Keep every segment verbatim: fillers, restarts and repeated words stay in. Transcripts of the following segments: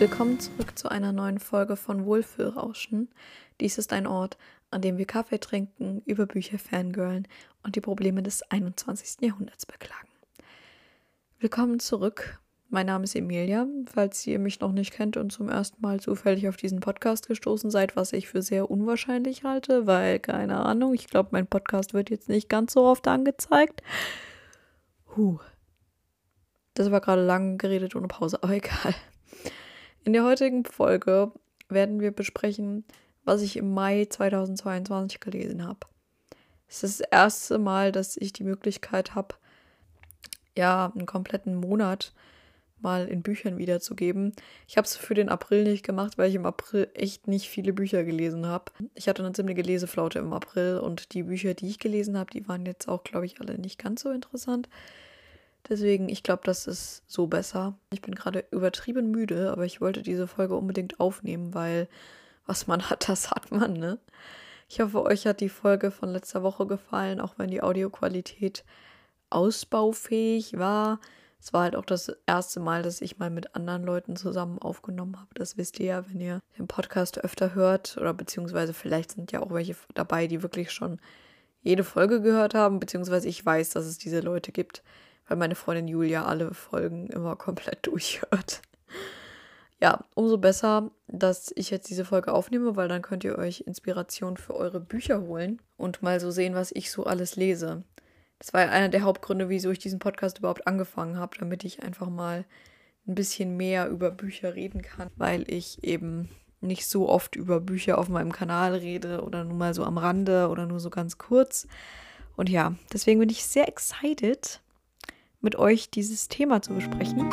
Willkommen zurück zu einer neuen Folge von Wohlfühlrauschen. Dies ist ein Ort, an dem wir Kaffee trinken, über Bücher fangirlen und die Probleme des einundzwanzigsten Jahrhunderts beklagen. Willkommen zurück. Mein Name ist Emilia, falls ihr mich noch nicht kennt und zum ersten Mal zufällig auf diesen Podcast gestoßen seid, was ich für sehr unwahrscheinlich halte, weil, keine Ahnung, ich glaube, mein Podcast wird jetzt nicht ganz so oft angezeigt. Huh. Das war gerade lang geredet ohne Pause, aber egal. In der heutigen Folge werden wir besprechen, was ich im Mai zweitausendzweiundzwanzig gelesen habe. Es ist das erste Mal, dass ich die Möglichkeit habe, ja, einen kompletten Monat mal in Büchern wiederzugeben. Ich habe es für den April nicht gemacht, weil ich im April echt nicht viele Bücher gelesen habe. Ich hatte eine ziemliche Leseflaute im April und die Bücher, die ich gelesen habe, die waren jetzt auch, glaube ich, alle nicht ganz so interessant. Deswegen, ich glaube, das ist so besser. Ich bin gerade übertrieben müde, aber ich wollte diese Folge unbedingt aufnehmen, weil was man hat, das hat man, ne? Ich hoffe, euch hat die Folge von letzter Woche gefallen, auch wenn die Audioqualität ausbaufähig war. Es war halt auch das erste Mal, dass ich mal mit anderen Leuten zusammen aufgenommen habe. Das wisst ihr ja, wenn ihr den Podcast öfter hört. Oder beziehungsweise vielleicht sind ja auch welche dabei, die wirklich schon jede Folge gehört haben. Beziehungsweise ich weiß, dass es diese Leute gibt, weil meine Freundin Julia alle Folgen immer komplett durchhört. Ja, umso besser, dass ich jetzt diese Folge aufnehme, weil dann könnt ihr euch Inspiration für eure Bücher holen und mal so sehen, was ich so alles lese. Das war ja einer der Hauptgründe, wieso ich diesen Podcast überhaupt angefangen habe, damit ich einfach mal ein bisschen mehr über Bücher reden kann, weil ich eben nicht so oft über Bücher auf meinem Kanal rede oder nur mal so am Rande oder nur so ganz kurz. Und ja, deswegen bin ich sehr excited, mit euch dieses Thema zu besprechen.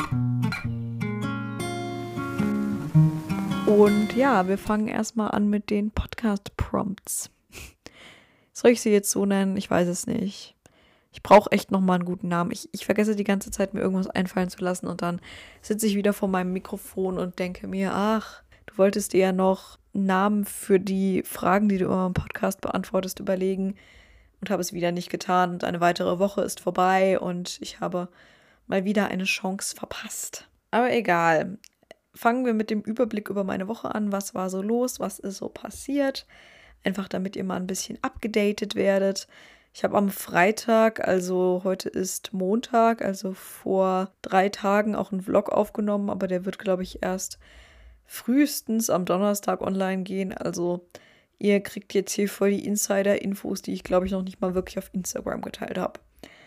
Und ja, wir fangen erstmal an mit den Podcast-Prompts. Soll ich sie jetzt so nennen? Ich weiß es nicht. Ich brauche echt nochmal einen guten Namen. Ich, ich vergesse die ganze Zeit, mir irgendwas einfallen zu lassen und dann sitze ich wieder vor meinem Mikrofon und denke mir, ach, du wolltest dir ja noch einen Namen für die Fragen, die du immer im Podcast beantwortest, überlegen und habe es wieder nicht getan und eine weitere Woche ist vorbei und ich habe mal wieder eine Chance verpasst. Aber egal. Fangen wir mit dem Überblick über meine Woche an. Was war so los? Was ist so passiert? Einfach damit ihr mal ein bisschen abgedatet werdet. Ich habe am Freitag, also heute ist Montag, also vor drei Tagen auch einen Vlog aufgenommen, aber der wird, glaube ich, erst frühestens am Donnerstag online gehen. Also ihr kriegt jetzt hier voll die Insider-Infos, die ich, glaube ich, noch nicht mal wirklich auf Instagram geteilt habe.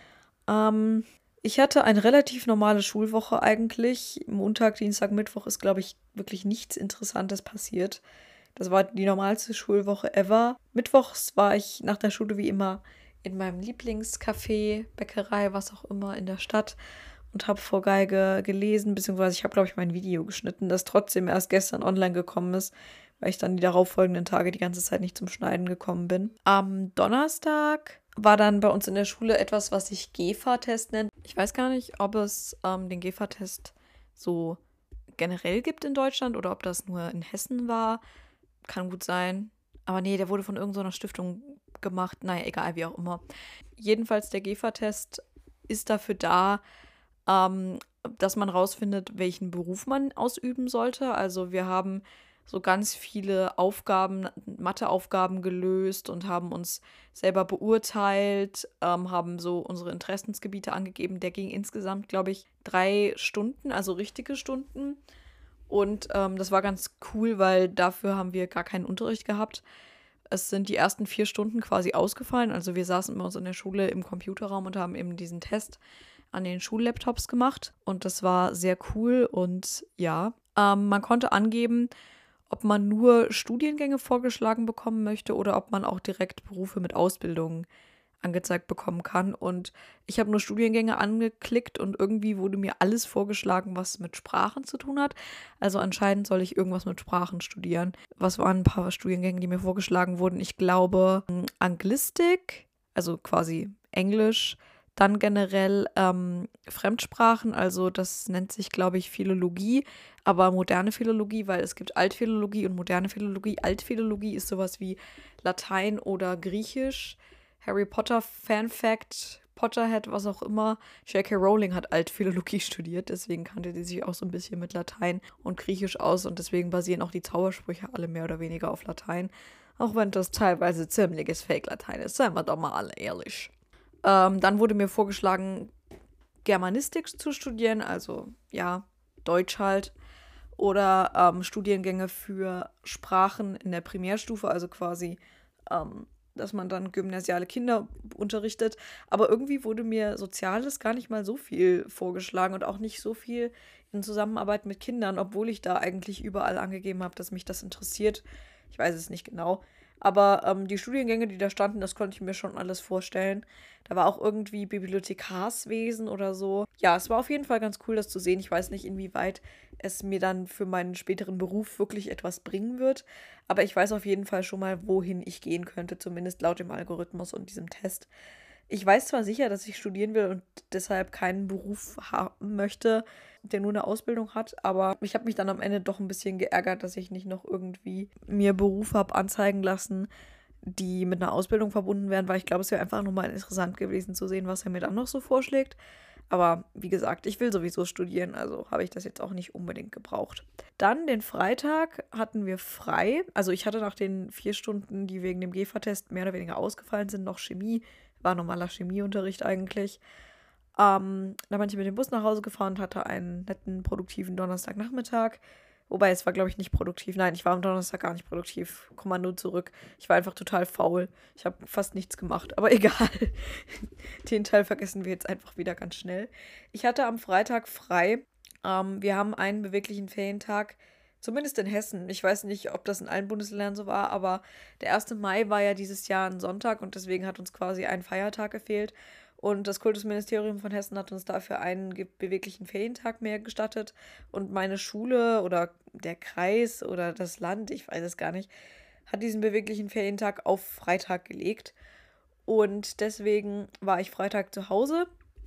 Ähm, ich hatte eine relativ normale Schulwoche eigentlich. Montag, Dienstag, Mittwoch ist, glaube ich, wirklich nichts Interessantes passiert. Das war die normalste Schulwoche ever. Mittwochs war ich nach der Schule wie immer in meinem Lieblingscafé, Bäckerei, was auch immer in der Stadt und habe vor Geige gelesen, beziehungsweise ich habe, glaube ich, mein Video geschnitten, das trotzdem erst gestern online gekommen ist, weil ich dann die darauffolgenden Tage die ganze Zeit nicht zum Schneiden gekommen bin. Am Donnerstag war dann bei uns in der Schule etwas, was sich G E F A-Test nennt. Ich weiß gar nicht, ob es ähm, den G E F A-Test so generell gibt in Deutschland oder ob das nur in Hessen war. Kann gut sein. Aber nee, der wurde von irgendeiner Stiftung gemacht. Naja, egal, wie auch immer. Jedenfalls, der G E F A-Test ist dafür da, ähm, dass man rausfindet, welchen Beruf man ausüben sollte. Also wir haben so ganz viele Aufgaben, Matheaufgaben gelöst und haben uns selber beurteilt, ähm, haben so unsere Interessensgebiete angegeben. Der ging insgesamt, glaube ich, drei Stunden, also richtige Stunden. Und ähm, das war ganz cool, weil dafür haben wir gar keinen Unterricht gehabt. Es sind die ersten vier Stunden quasi ausgefallen. Also wir saßen bei uns in der Schule im Computerraum und haben eben diesen Test an den Schullaptops gemacht. Und das war sehr cool. Und ja, ähm, man konnte angeben, ob man nur Studiengänge vorgeschlagen bekommen möchte oder ob man auch direkt Berufe mit Ausbildung angezeigt bekommen kann. Und ich habe nur Studiengänge angeklickt und irgendwie wurde mir alles vorgeschlagen, was mit Sprachen zu tun hat. Also anscheinend soll ich irgendwas mit Sprachen studieren. Was waren ein paar Studiengänge, die mir vorgeschlagen wurden? Ich glaube Anglistik, also quasi Englisch, dann generell ähm, Fremdsprachen, also das nennt sich, glaube ich, Philologie, aber moderne Philologie, weil es gibt Altphilologie und moderne Philologie. Altphilologie ist sowas wie Latein oder Griechisch. Harry Potter Fan Fact, Potterhead, was auch immer. J K. Rowling hat Altphilologie studiert, deswegen kannte die sich auch so ein bisschen mit Latein und Griechisch aus und deswegen basieren auch die Zaubersprüche alle mehr oder weniger auf Latein. Auch wenn das teilweise ziemliches Fake-Latein ist, seien wir doch mal alle ehrlich. Ähm, dann wurde mir vorgeschlagen, Germanistik zu studieren, also ja, Deutsch halt. Oder ähm, Studiengänge für Sprachen in der Primärstufe, also quasi, ähm, dass man dann gymnasiale Kinder unterrichtet. Aber irgendwie wurde mir Soziales gar nicht mal so viel vorgeschlagen und auch nicht so viel in Zusammenarbeit mit Kindern, obwohl ich da eigentlich überall angegeben habe, dass mich das interessiert. Ich weiß es nicht genau. Aber ähm, die Studiengänge, die da standen, das konnte ich mir schon alles vorstellen. Da war auch irgendwie Bibliothekarswesen oder so. Ja, es war auf jeden Fall ganz cool, das zu sehen. Ich weiß nicht, inwieweit es mir dann für meinen späteren Beruf wirklich etwas bringen wird. Aber ich weiß auf jeden Fall schon mal, wohin ich gehen könnte, zumindest laut dem Algorithmus und diesem Test. Ich weiß zwar sicher, dass ich studieren will und deshalb keinen Beruf haben möchte, der nur eine Ausbildung hat, aber ich habe mich dann am Ende doch ein bisschen geärgert, dass ich nicht noch irgendwie mir Berufe habe anzeigen lassen, die mit einer Ausbildung verbunden wären, weil ich glaube, es wäre einfach nochmal interessant gewesen zu sehen, was er mir dann noch so vorschlägt. Aber wie gesagt, ich will sowieso studieren, also habe ich das jetzt auch nicht unbedingt gebraucht. Dann den Freitag hatten wir frei. Also ich hatte nach den vier Stunden, die wegen dem G E F A-Test mehr oder weniger ausgefallen sind, noch Chemie. War normaler Chemieunterricht eigentlich. Ähm, da bin ich mit dem Bus nach Hause gefahren und hatte einen netten, produktiven Donnerstagnachmittag. Wobei, es war, glaube ich, nicht produktiv. Nein, ich war am Donnerstag gar nicht produktiv. Kommando zurück. Ich war einfach total faul. Ich habe fast nichts gemacht. Aber egal. Den Teil vergessen wir jetzt einfach wieder ganz schnell. Ich hatte am Freitag frei. Ähm, wir haben einen beweglichen Ferientag. Zumindest in Hessen. Ich weiß nicht, ob das in allen Bundesländern so war, aber der erste Mai war ja dieses Jahr ein Sonntag und deswegen hat uns quasi ein Feiertag gefehlt. Und das Kultusministerium von Hessen hat uns dafür einen beweglichen Ferientag mehr gestattet. Und meine Schule oder der Kreis oder das Land, ich weiß es gar nicht, hat diesen beweglichen Ferientag auf Freitag gelegt. Und deswegen war ich Freitag zu Hause.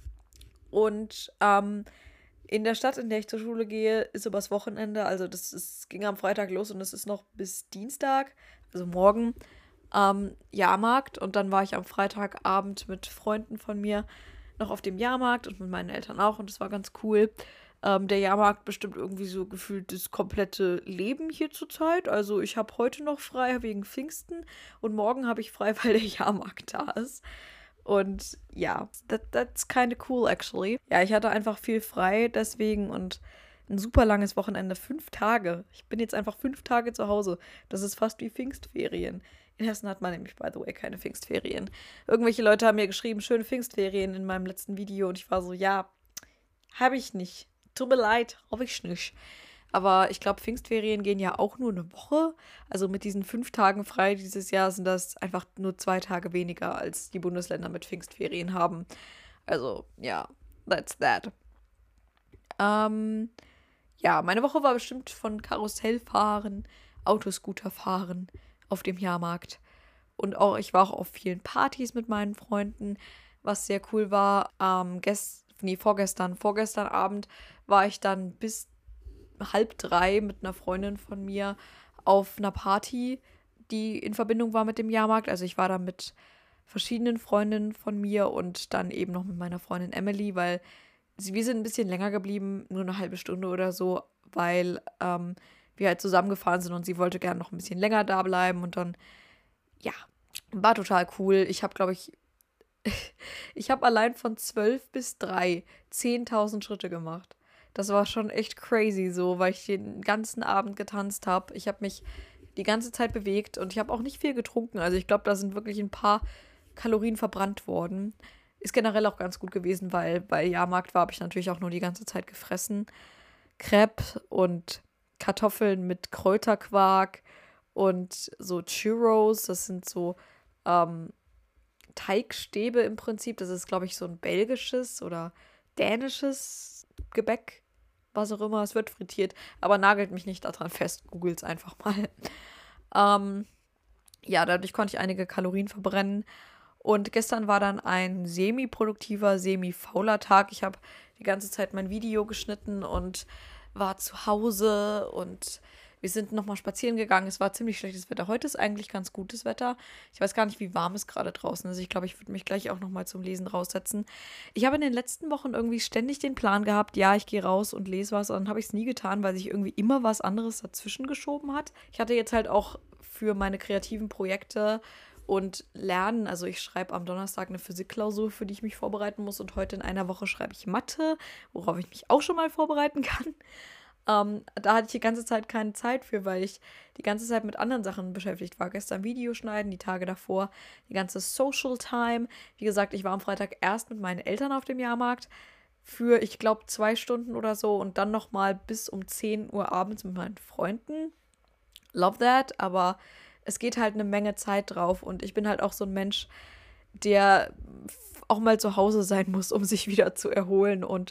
Und ähm, in der Stadt, in der ich zur Schule gehe, ist übers Wochenende, also das ist, ging am Freitag los und es ist noch bis Dienstag, also morgen, ähm, Jahrmarkt. Und dann war ich am Freitagabend mit Freunden von mir noch auf dem Jahrmarkt und mit meinen Eltern auch und das war ganz cool. Ähm, der Jahrmarkt bestimmt irgendwie so gefühlt das komplette Leben hier zurzeit. Also ich habe heute noch frei wegen Pfingsten und morgen habe ich frei, weil der Jahrmarkt da ist. Und ja, that, that's kind of cool actually. Ja, ich hatte einfach viel frei deswegen und ein super langes Wochenende, fünf Tage. Ich bin jetzt einfach fünf Tage zu Hause. Das ist fast wie Pfingstferien. In Hessen hat man nämlich, by the way, keine Pfingstferien. Irgendwelche Leute haben mir geschrieben, schöne Pfingstferien in meinem letzten Video und ich war so, ja, habe ich nicht. Tut mir leid, habe ich nicht. Aber ich glaube, Pfingstferien gehen ja auch nur eine Woche. Also mit diesen fünf Tagen frei dieses Jahr sind das einfach nur zwei Tage weniger, als die Bundesländer mit Pfingstferien haben. Also, ja, that's that. Ähm, ja, meine Woche war bestimmt von Karussellfahren, Autoscooterfahren auf dem Jahrmarkt. Und auch, ich war auch auf vielen Partys mit meinen Freunden, was sehr cool war. Ähm, gest nee, vorgestern, vorgestern Abend war ich dann bis halb drei mit einer Freundin von mir auf einer Party, die in Verbindung war mit dem Jahrmarkt. Also ich war da mit verschiedenen Freundinnen von mir und dann eben noch mit meiner Freundin Emily, weil sie, wir sind ein bisschen länger geblieben, nur eine halbe Stunde oder so, weil ähm, wir halt zusammengefahren sind und sie wollte gerne noch ein bisschen länger da bleiben und dann, ja, war total cool. Ich habe, glaube ich, ich habe allein von zwölf bis drei zehntausend Schritte gemacht. Das war schon echt crazy so, weil ich den ganzen Abend getanzt habe. Ich habe mich die ganze Zeit bewegt und ich habe auch nicht viel getrunken. Also ich glaube, da sind wirklich ein paar Kalorien verbrannt worden. Ist generell auch ganz gut gewesen, weil bei Jahrmarkt war, habe ich natürlich auch nur die ganze Zeit gefressen. Crepe und Kartoffeln mit Kräuterquark und so Churros. Das sind so ähm, Teigstäbe im Prinzip. Das ist, glaube ich, so ein belgisches oder dänisches Gebäck. Was auch immer, es wird frittiert. Aber nagelt mich nicht daran fest. Googles einfach mal. ähm, ja, dadurch konnte ich einige Kalorien verbrennen. Und gestern war dann ein semi-produktiver, semi-fauler Tag. Ich habe die ganze Zeit mein Video geschnitten und war zu Hause und Wir sind nochmal spazieren gegangen. Es war ziemlich schlechtes Wetter. Heute ist eigentlich ganz gutes Wetter. Ich weiß gar nicht, wie warm es gerade draußen ist. Ich glaube, ich würde mich gleich auch nochmal zum Lesen raussetzen. Ich habe in den letzten Wochen irgendwie ständig den Plan gehabt, ja, ich gehe raus und lese was. Und dann habe ich es nie getan, weil sich irgendwie immer was anderes dazwischen geschoben hat. Ich hatte jetzt halt auch für meine kreativen Projekte und Lernen, also ich schreibe am Donnerstag eine Physikklausur, für die ich mich vorbereiten muss. Und heute in einer Woche schreibe ich Mathe, worauf ich mich auch schon mal vorbereiten kann. Ähm, da hatte ich die ganze Zeit keine Zeit für, weil ich die ganze Zeit mit anderen Sachen beschäftigt war. Gestern Videoschneiden, die Tage davor, die ganze Social Time. Wie gesagt, ich war am Freitag erst mit meinen Eltern auf dem Jahrmarkt für, ich glaube, zwei Stunden oder so und dann nochmal bis um zehn Uhr abends mit meinen Freunden. Love that, aber es geht halt eine Menge Zeit drauf und ich bin halt auch so ein Mensch, der auch mal zu Hause sein muss, um sich wieder zu erholen und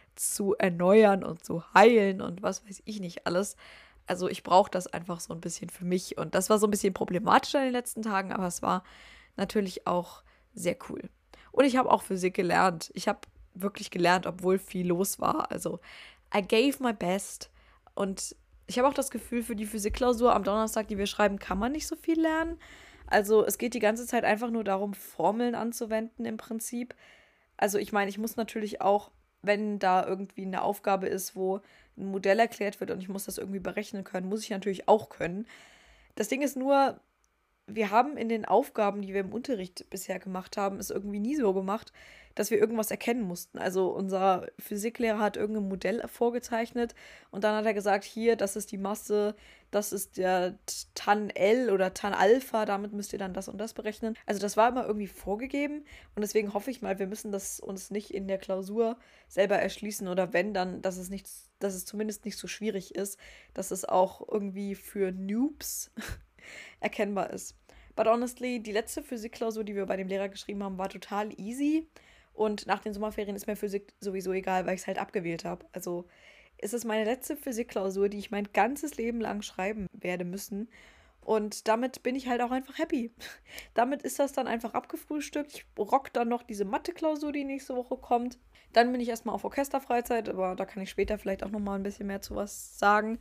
zu erneuern und zu heilen und was weiß ich nicht alles. Also ich brauche das einfach so ein bisschen für mich und das war so ein bisschen problematischer in den letzten Tagen, aber es war natürlich auch sehr cool. Und ich habe auch Physik gelernt. Ich habe wirklich gelernt, obwohl viel los war. Also I gave my best und ich habe auch das Gefühl, für die Physikklausur am Donnerstag, die wir schreiben, kann man nicht so viel lernen. Also es geht die ganze Zeit einfach nur darum, Formeln anzuwenden im Prinzip. Also ich meine, ich muss natürlich auch, wenn da irgendwie eine Aufgabe ist, wo ein Modell erklärt wird und ich muss das irgendwie berechnen können, muss ich natürlich auch können. Das Ding ist nur, wir haben in den Aufgaben, die wir im Unterricht bisher gemacht haben, es irgendwie nie so gemacht, dass wir irgendwas erkennen mussten. Also unser Physiklehrer hat irgendein Modell vorgezeichnet und dann hat er gesagt, hier, das ist die Masse, das ist der Tan L oder Tan Alpha, damit müsst ihr dann das und das berechnen. Also das war immer irgendwie vorgegeben und deswegen hoffe ich mal, wir müssen das uns nicht in der Klausur selber erschließen oder wenn, dann, dass es nicht, dass es zumindest nicht so schwierig ist, dass es auch irgendwie für Noobs erkennbar ist. But honestly, die letzte Physikklausur, die wir bei dem Lehrer geschrieben haben, war total easy. Und nach den Sommerferien ist mir Physik sowieso egal, weil ich es halt abgewählt habe. Also es ist meine letzte Physikklausur, die ich mein ganzes Leben lang schreiben werde müssen. Und damit bin ich halt auch einfach happy. Damit ist das dann einfach abgefrühstückt. Ich rock dann noch diese Mathe-Klausur, die nächste Woche kommt. Dann bin ich erstmal auf Orchesterfreizeit, aber da kann ich später vielleicht auch nochmal ein bisschen mehr zu was sagen.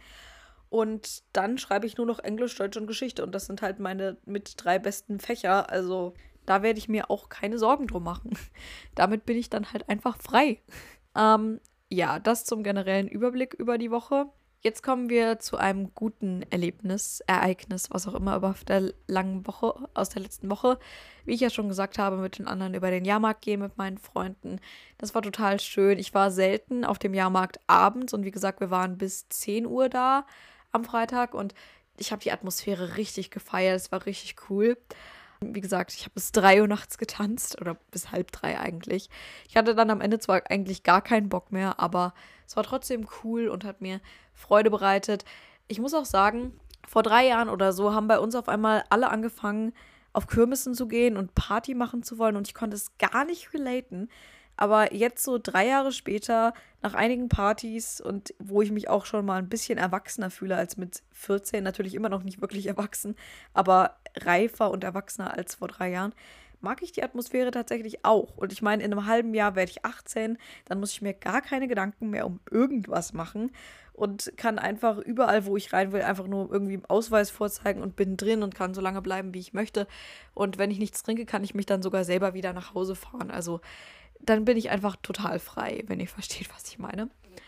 Und dann schreibe ich nur noch Englisch, Deutsch und Geschichte. Und das sind halt meine mit drei besten Fächer. Also da werde ich mir auch keine Sorgen drum machen. Damit bin ich dann halt einfach frei. Ähm, ja, das zum generellen Überblick über die Woche. Jetzt kommen wir zu einem guten Erlebnis, Ereignis, was auch immer, über der langen Woche, aus der letzten Woche. Wie ich ja schon gesagt habe, mit den anderen über den Jahrmarkt gehen mit meinen Freunden. Das war total schön. Ich war selten auf dem Jahrmarkt abends und wie gesagt, wir waren bis zehn Uhr da am Freitag und ich habe die Atmosphäre richtig gefeiert. Es war richtig cool. Wie gesagt, ich habe bis drei Uhr nachts getanzt oder bis halb drei eigentlich. Ich hatte dann am Ende zwar eigentlich gar keinen Bock mehr, aber es war trotzdem cool und hat mir Freude bereitet. Ich muss auch sagen, vor drei Jahren oder so haben bei uns auf einmal alle angefangen, auf Kirmessen zu gehen und Party machen zu wollen und ich konnte es gar nicht relaten. Aber jetzt so drei Jahre später, nach einigen Partys und wo ich mich auch schon mal ein bisschen erwachsener fühle als mit vierzehn, natürlich immer noch nicht wirklich erwachsen, aber reifer und erwachsener als vor drei Jahren, mag ich die Atmosphäre tatsächlich auch. Und ich meine, in einem halben Jahr werde ich achtzehn, dann muss ich mir gar keine Gedanken mehr um irgendwas machen und kann einfach überall, wo ich rein will, einfach nur irgendwie einen Ausweis vorzeigen und bin drin und kann so lange bleiben, wie ich möchte. Und wenn ich nichts trinke, kann ich mich dann sogar selber wieder nach Hause fahren. Also dann bin ich einfach total frei, wenn ihr versteht, was ich meine.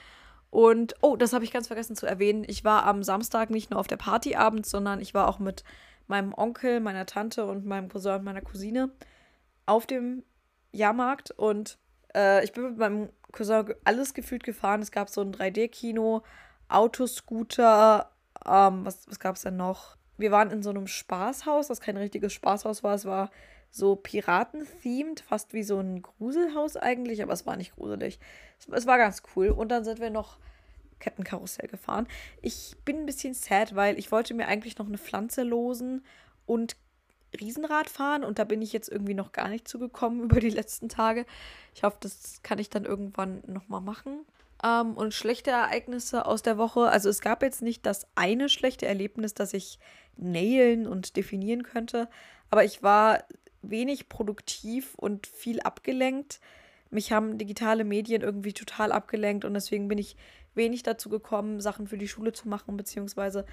Und, oh, das habe ich ganz vergessen zu erwähnen. Ich war am Samstag nicht nur auf der Party abends, sondern ich war auch mit meinem Onkel, meiner Tante und meinem Cousin und meiner Cousine auf dem Jahrmarkt. Und äh, ich bin mit meinem Cousin alles gefühlt gefahren. Es gab so ein drei D-Kino, Autoscooter, ähm, was, was gab es denn noch? Wir waren in so einem Spaßhaus, das kein richtiges Spaßhaus war. Es war so Piraten-themed, fast wie so ein Gruselhaus eigentlich, aber es war nicht gruselig. Es, es war ganz cool. Und dann sind wir noch Kettenkarussell gefahren. Ich bin ein bisschen sad, weil ich wollte mir eigentlich noch eine Pflanze losen und Riesenrad fahren und da bin ich jetzt irgendwie noch gar nicht zugekommen über die letzten Tage. Ich hoffe, das kann ich dann irgendwann nochmal machen. Ähm, und schlechte Ereignisse aus der Woche. Also es gab jetzt nicht das eine schlechte Erlebnis, das ich nailen und definieren könnte, aber ich war wenig produktiv und viel abgelenkt mich haben digitale Medien irgendwie total abgelenkt und deswegen bin ich wenig dazu gekommen, Sachen für die Schule zu machen, beziehungsweise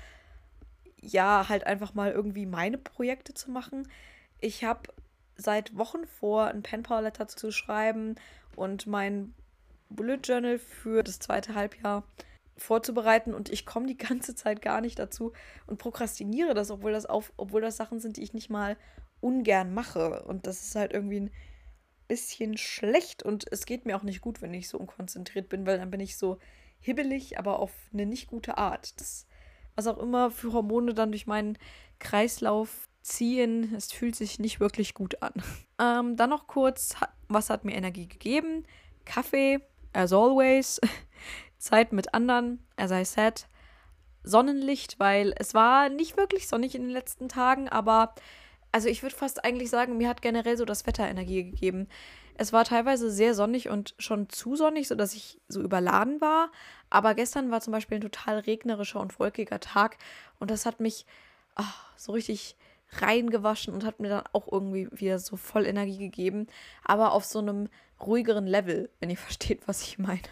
ja, halt einfach mal irgendwie meine Projekte zu machen. Ich habe seit Wochen vor, ein Pen-Pal-Letter zu schreiben und mein Bullet Journal für das zweite Halbjahr vorzubereiten und ich komme die ganze Zeit gar nicht dazu und prokrastiniere das, obwohl das auf, obwohl das Sachen sind, die ich nicht mal ungern mache. Und das ist halt irgendwie ein bisschen schlecht und es geht mir auch nicht gut, wenn ich so unkonzentriert bin, weil dann bin ich so hibbelig, aber auf eine nicht gute Art. Das, was auch immer für Hormone dann durch meinen Kreislauf ziehen, es fühlt sich nicht wirklich gut an. Ähm, dann noch kurz, was hat mir Energie gegeben? Kaffee, as always. Zeit mit anderen, as I said. Sonnenlicht, weil es war nicht wirklich sonnig in den letzten Tagen, aber also ich würde fast eigentlich sagen, mir hat generell so das Wetter Energie gegeben. Es war teilweise sehr sonnig und schon zu sonnig, sodass ich so überladen war. Aber gestern war zum Beispiel ein total regnerischer und wolkiger Tag und das hat mich ach, so richtig reingewaschen und hat mir dann auch irgendwie wieder so voll Energie gegeben. Aber auf so einem ruhigeren Level, wenn ihr versteht, was ich meine.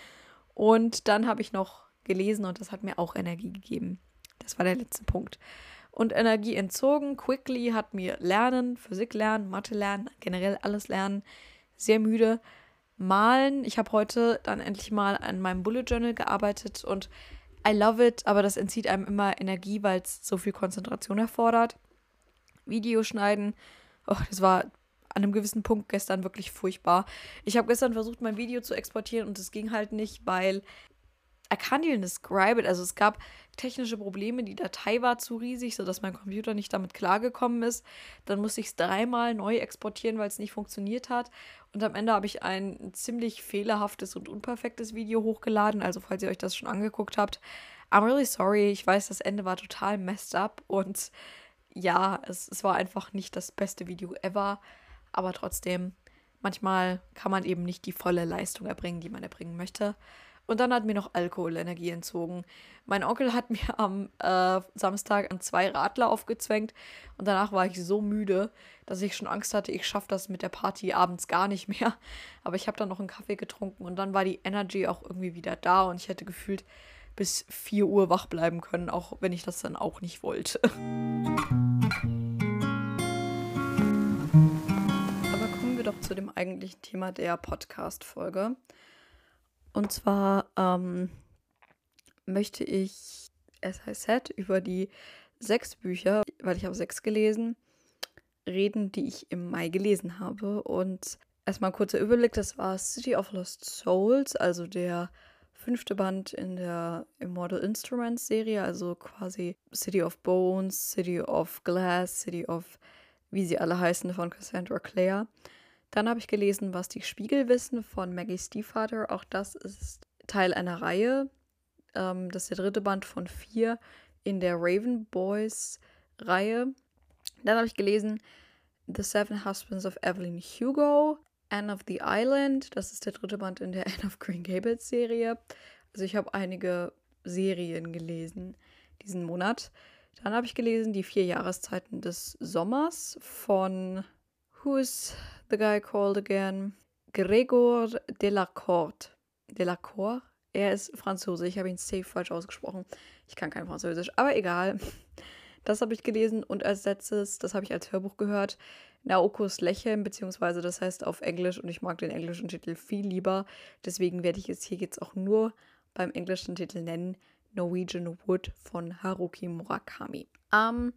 Und dann habe ich noch gelesen und das hat mir auch Energie gegeben. Das war der letzte Punkt. Und Energie entzogen. Quickly hat mir Lernen, Physik lernen, Mathe lernen, generell alles lernen. Sehr müde. Malen. Ich habe heute dann endlich mal an meinem Bullet Journal gearbeitet und I love it, aber das entzieht einem immer Energie, weil es so viel Konzentration erfordert. Video schneiden. Oh, das war an einem gewissen Punkt gestern wirklich furchtbar. Ich habe gestern versucht, mein Video zu exportieren und es ging halt nicht, weil I can't even describe it. Also es gab technische Probleme, die Datei war zu riesig, sodass mein Computer nicht damit klargekommen ist. Dann musste ich es dreimal neu exportieren, weil es nicht funktioniert hat. Und am Ende habe ich ein ziemlich fehlerhaftes und unperfektes Video hochgeladen. Also falls ihr euch das schon angeguckt habt, I'm really sorry. Ich weiß, das Ende war total messed up. Und ja, es, es war einfach nicht das beste Video ever. Aber trotzdem, manchmal kann man eben nicht die volle Leistung erbringen, die man erbringen möchte. Und dann hat mir noch Alkohol Energie entzogen. Mein Onkel hat mir am äh, Samstag an zwei Radler aufgezwängt und danach war ich so müde, dass ich schon Angst hatte, ich schaffe das mit der Party abends gar nicht mehr. Aber ich habe dann noch einen Kaffee getrunken und dann war die Energy auch irgendwie wieder da und ich hätte gefühlt bis vier Uhr wach bleiben können, auch wenn ich das dann auch nicht wollte. Aber kommen wir doch zu dem eigentlichen Thema der Podcast-Folge. Und zwar ähm, möchte ich, as I said, über die sechs Bücher, weil ich habe sechs gelesen, reden, die ich im Mai gelesen habe. Und erstmal ein kurzer Überblick, das war City of Lost Souls, also der fünfte Band in der Immortal Instruments Serie, also quasi City of Bones, City of Glass, City of, wie sie alle heißen, von Cassandra Clare. Dann habe ich gelesen, was die Spiegel wissen von Maggie Stiefvater. Auch das ist Teil einer Reihe. Ähm, das ist der dritte Band von vier in der Raven Boys Reihe. Dann habe ich gelesen The Seven Husbands of Evelyn Hugo, Anne of the Island. Das ist der dritte Band in der Anne of Green Gables Serie. Also ich habe einige Serien gelesen diesen Monat. Dann habe ich gelesen Die vier Jahreszeiten des Sommers von Who is the guy called again? Gregor Delacourt. Delacourt? Er ist Franzose. Ich habe ihn safe falsch ausgesprochen. Ich kann kein Französisch, aber egal. Das habe ich gelesen und als letztes, das habe ich als Hörbuch gehört, Naokos Lächeln, beziehungsweise das heißt auf Englisch und ich mag den englischen Titel viel lieber. Deswegen werde ich es hier jetzt auch nur beim englischen Titel nennen. Norwegian Wood von Haruki Murakami. Ähm,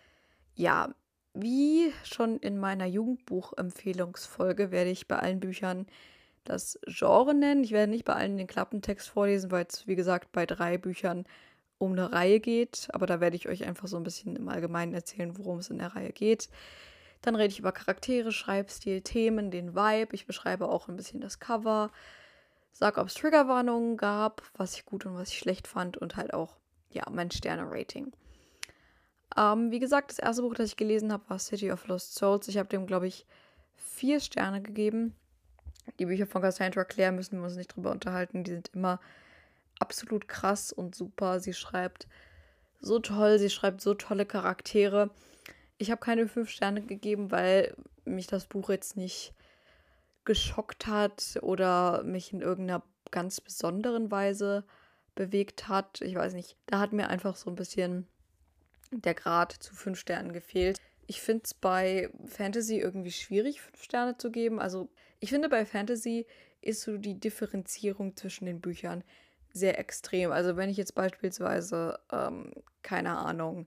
ja, wie schon in meiner Jugendbuch-Empfehlungsfolge werde ich bei allen Büchern das Genre nennen. Ich werde nicht bei allen den Klappentext vorlesen, weil es, wie gesagt, bei drei Büchern um eine Reihe geht. Aber da werde ich euch einfach so ein bisschen im Allgemeinen erzählen, worum es in der Reihe geht. Dann rede ich über Charaktere, Schreibstil, Themen, den Vibe. Ich beschreibe auch ein bisschen das Cover. Sag, ob es Triggerwarnungen gab, was ich gut und was ich schlecht fand und halt auch, ja, mein Sterne-Rating. Ähm, wie gesagt, das erste Buch, das ich gelesen habe, war City of Lost Souls. Ich habe dem, glaube ich, vier Sterne gegeben. Die Bücher von Cassandra Clare müssen wir uns nicht drüber unterhalten. Die sind immer absolut krass und super. Sie schreibt so toll, sie schreibt so tolle Charaktere. Ich habe keine fünf Sterne gegeben, weil mich das Buch jetzt nicht geschockt hat oder mich in irgendeiner ganz besonderen Weise bewegt hat. Ich weiß nicht, da hat mir einfach so ein bisschen der Grad zu fünf Sternen gefehlt. Ich finde es bei Fantasy irgendwie schwierig, fünf Sterne zu geben. Also ich finde, bei Fantasy ist so die Differenzierung zwischen den Büchern sehr extrem. Also wenn ich jetzt beispielsweise, ähm, keine Ahnung,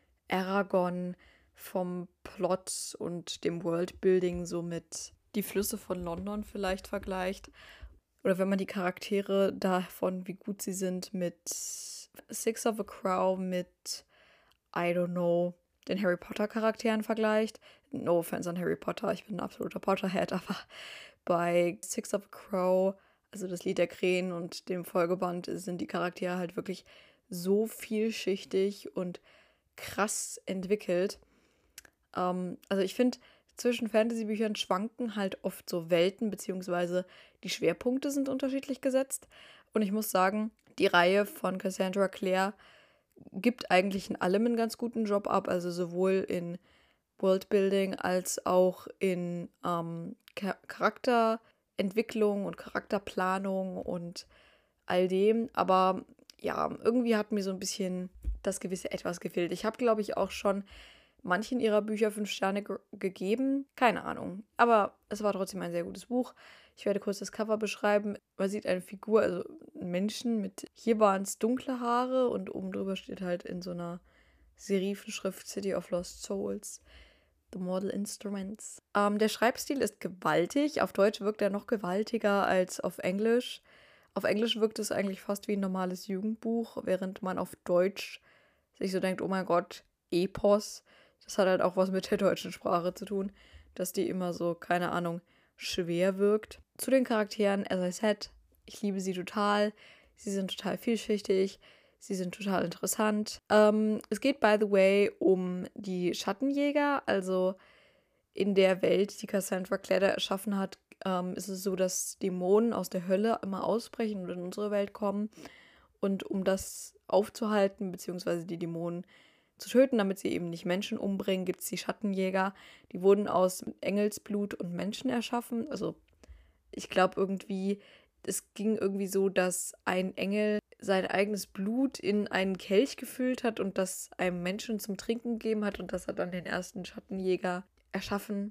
Aragon vom Plot und dem Worldbuilding so mit Die Flüsse von London vielleicht vergleicht. Oder wenn man die Charaktere davon, wie gut sie sind, mit Six of a Crow, mit, I don't know, den Harry Potter Charakteren vergleicht. No offense an Harry Potter, ich bin ein absoluter Potterhead, aber bei Six of a Crow, also das Lied der Krähen und dem Folgeband, sind die Charaktere halt wirklich so vielschichtig und krass entwickelt. Ähm, also ich finde, zwischen Fantasy-Büchern schwanken halt oft so Welten, beziehungsweise die Schwerpunkte sind unterschiedlich gesetzt. Und ich muss sagen, die Reihe von Cassandra Clare gibt eigentlich in allem einen ganz guten Job ab, also sowohl in Worldbuilding als auch in ähm, Char- Charakterentwicklung und Charakterplanung und all dem. Aber ja, irgendwie hat mir so ein bisschen das gewisse Etwas gefehlt. Ich habe, glaube ich, auch schon manchen ihrer Bücher fünf Sterne ge gegeben. Keine Ahnung. Aber es war trotzdem ein sehr gutes Buch. Ich werde kurz das Cover beschreiben. Man sieht eine Figur, also einen Menschen mit, hier waren es dunkle Haare und oben drüber steht halt in so einer Serifenschrift City of Lost Souls. The Mortal Instruments. Ähm, der Schreibstil ist gewaltig. Auf Deutsch wirkt er noch gewaltiger als auf Englisch. Auf Englisch wirkt es eigentlich fast wie ein normales Jugendbuch, während man auf Deutsch sich so denkt, oh mein Gott, Epos. Das hat halt auch was mit der deutschen Sprache zu tun, dass die immer so, keine Ahnung, schwer wirkt. Zu den Charakteren, as I said, ich liebe sie total. Sie sind total vielschichtig. Sie sind total interessant. Ähm, es geht, by the way, um die Schattenjäger. Also in der Welt, die Cassandra Clare erschaffen hat, ähm, ist es so, dass Dämonen aus der Hölle immer ausbrechen und in unsere Welt kommen. Und um das aufzuhalten, beziehungsweise die Dämonen zu töten, damit sie eben nicht Menschen umbringen, gibt es die Schattenjäger. Die wurden aus Engelsblut und Menschen erschaffen. Also ich glaube irgendwie, es ging irgendwie so, dass ein Engel sein eigenes Blut in einen Kelch gefüllt hat und das einem Menschen zum Trinken gegeben hat und das hat dann den ersten Schattenjäger erschaffen.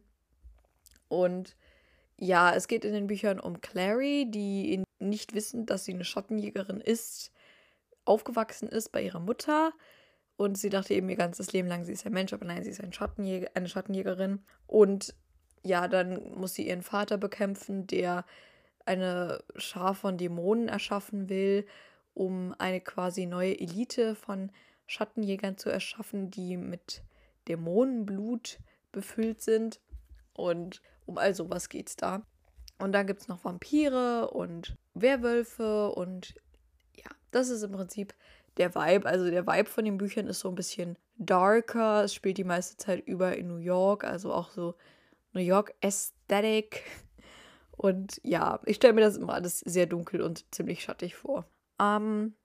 Und ja, es geht in den Büchern um Clary, die nicht wissend, dass sie eine Schattenjägerin ist, aufgewachsen ist bei ihrer Mutter. Und sie dachte eben ihr ganzes Leben lang, sie ist ein Mensch, aber nein, sie ist ein Schattenjäger, eine Schattenjägerin. Und ja, dann muss sie ihren Vater bekämpfen, der eine Schar von Dämonen erschaffen will, um eine quasi neue Elite von Schattenjägern zu erschaffen, die mit Dämonenblut befüllt sind. Und um all sowas geht's da. Und dann gibt es noch Vampire und Werwölfe und ja, das ist im Prinzip der Vibe. Also der Vibe von den Büchern ist so ein bisschen darker. Es spielt die meiste Zeit über in New York, also auch so New York Aesthetic. Und ja, ich stelle mir das immer alles sehr dunkel und ziemlich schattig vor. Ähm,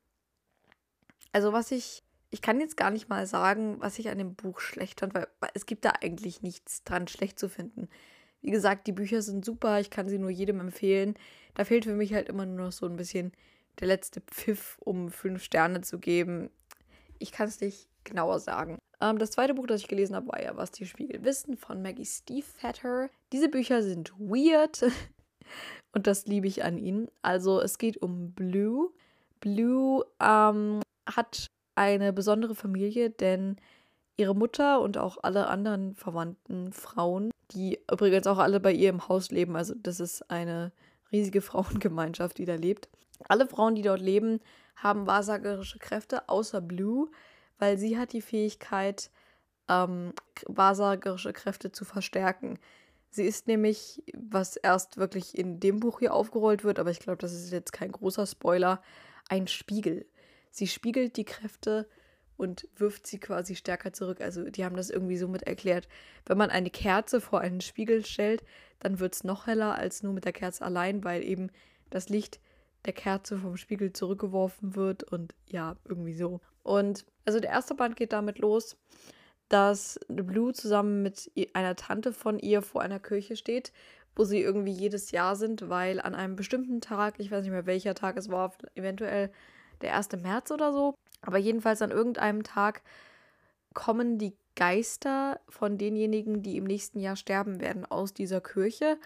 also was ich, ich kann jetzt gar nicht mal sagen, was ich an dem Buch schlecht fand, weil es gibt da eigentlich nichts dran schlecht zu finden. Wie gesagt, die Bücher sind super, ich kann sie nur jedem empfehlen. Da fehlt für mich halt immer nur noch so ein bisschen der letzte Pfiff, um fünf Sterne zu geben. Ich kann es nicht genauer sagen. Ähm, das zweite Buch, das ich gelesen habe, war ja Was die Spiegel wissen von Maggie Stiefvater. Diese Bücher sind weird und das liebe ich an ihnen. Also es geht um Blue. Blue ähm, hat eine besondere Familie, denn ihre Mutter und auch alle anderen verwandten Frauen, die übrigens auch alle bei ihr im Haus leben, also das ist eine riesige Frauengemeinschaft, die da lebt. Alle Frauen, die dort leben, haben wahrsagerische Kräfte, außer Blue, weil sie hat die Fähigkeit, ähm, wahrsagerische Kräfte zu verstärken. Sie ist nämlich, was erst wirklich in dem Buch hier aufgerollt wird, aber ich glaube, das ist jetzt kein großer Spoiler, ein Spiegel. Sie spiegelt die Kräfte und wirft sie quasi stärker zurück. Also die haben das irgendwie so mit erklärt. Wenn man eine Kerze vor einen Spiegel stellt, dann wird es noch heller als nur mit der Kerze allein, weil eben das Licht der Kerze vom Spiegel zurückgeworfen wird und ja, irgendwie so. Und also der erste Band geht damit los, dass Blue zusammen mit einer Tante von ihr vor einer Kirche steht, wo sie irgendwie jedes Jahr sind, weil an einem bestimmten Tag, ich weiß nicht mehr welcher Tag es war, eventuell der erste März oder so, aber jedenfalls an irgendeinem Tag kommen die Geister von denjenigen, die im nächsten Jahr sterben werden, aus dieser Kirche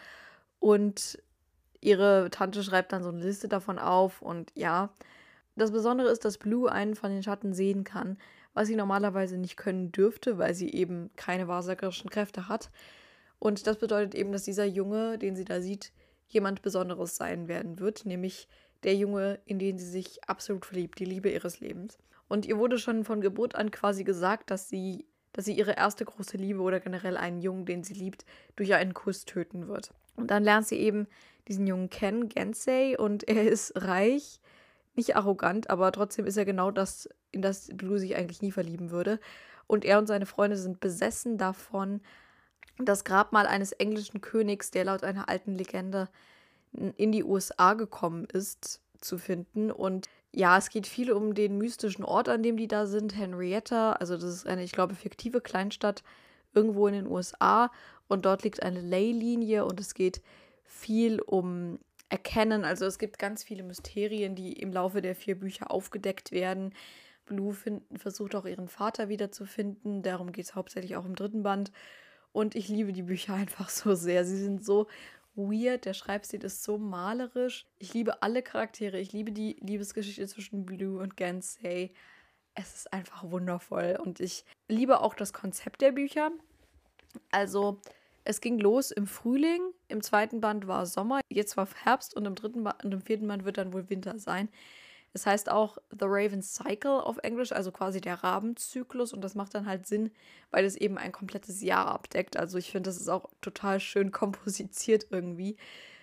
und ihre Tante schreibt dann so eine Liste davon auf und ja, das Besondere ist, dass Blue einen von den Schatten sehen kann, was sie normalerweise nicht können dürfte, weil sie eben keine wahrsagerischen Kräfte hat. Und das bedeutet eben, dass dieser Junge, den sie da sieht, jemand Besonderes sein werden wird, nämlich der Junge, in den sie sich absolut verliebt, die Liebe ihres Lebens. Und ihr wurde schon von Geburt an quasi gesagt, dass sie, dass sie ihre erste große Liebe oder generell einen Jungen, den sie liebt, durch einen Kuss töten wird. Und dann lernt sie eben diesen Jungen kennen, Gensei, und er ist reich, nicht arrogant, aber trotzdem ist er genau das, in das Blue sich eigentlich nie verlieben würde. Und er und seine Freunde sind besessen davon, das Grabmal eines englischen Königs, der laut einer alten Legende in die U S A gekommen ist, zu finden. Und ja, es geht viel um den mystischen Ort, an dem die da sind, Henrietta. Also das ist eine, ich glaube, fiktive Kleinstadt irgendwo in den U S A. Und dort liegt eine Leylinie und es geht viel um Erkennen. Also es gibt ganz viele Mysterien, die im Laufe der vier Bücher aufgedeckt werden. Blue finden, versucht auch ihren Vater wiederzufinden. Darum geht es hauptsächlich auch im dritten Band. Und ich liebe die Bücher einfach so sehr. Sie sind so weird, der Schreibstil ist so malerisch. Ich liebe alle Charaktere. Ich liebe die Liebesgeschichte zwischen Blue und Gensei. Es ist einfach wundervoll. Und ich liebe auch das Konzept der Bücher. Also, es ging los im Frühling, im zweiten Band war Sommer, jetzt war Herbst und im dritten Band und im vierten Band wird dann wohl Winter sein. Es heißt auch The Raven Cycle auf Englisch, also quasi der Rabenzyklus, und das macht dann halt Sinn, weil es eben ein komplettes Jahr abdeckt. Also ich finde, das ist auch total schön komposiziert irgendwie.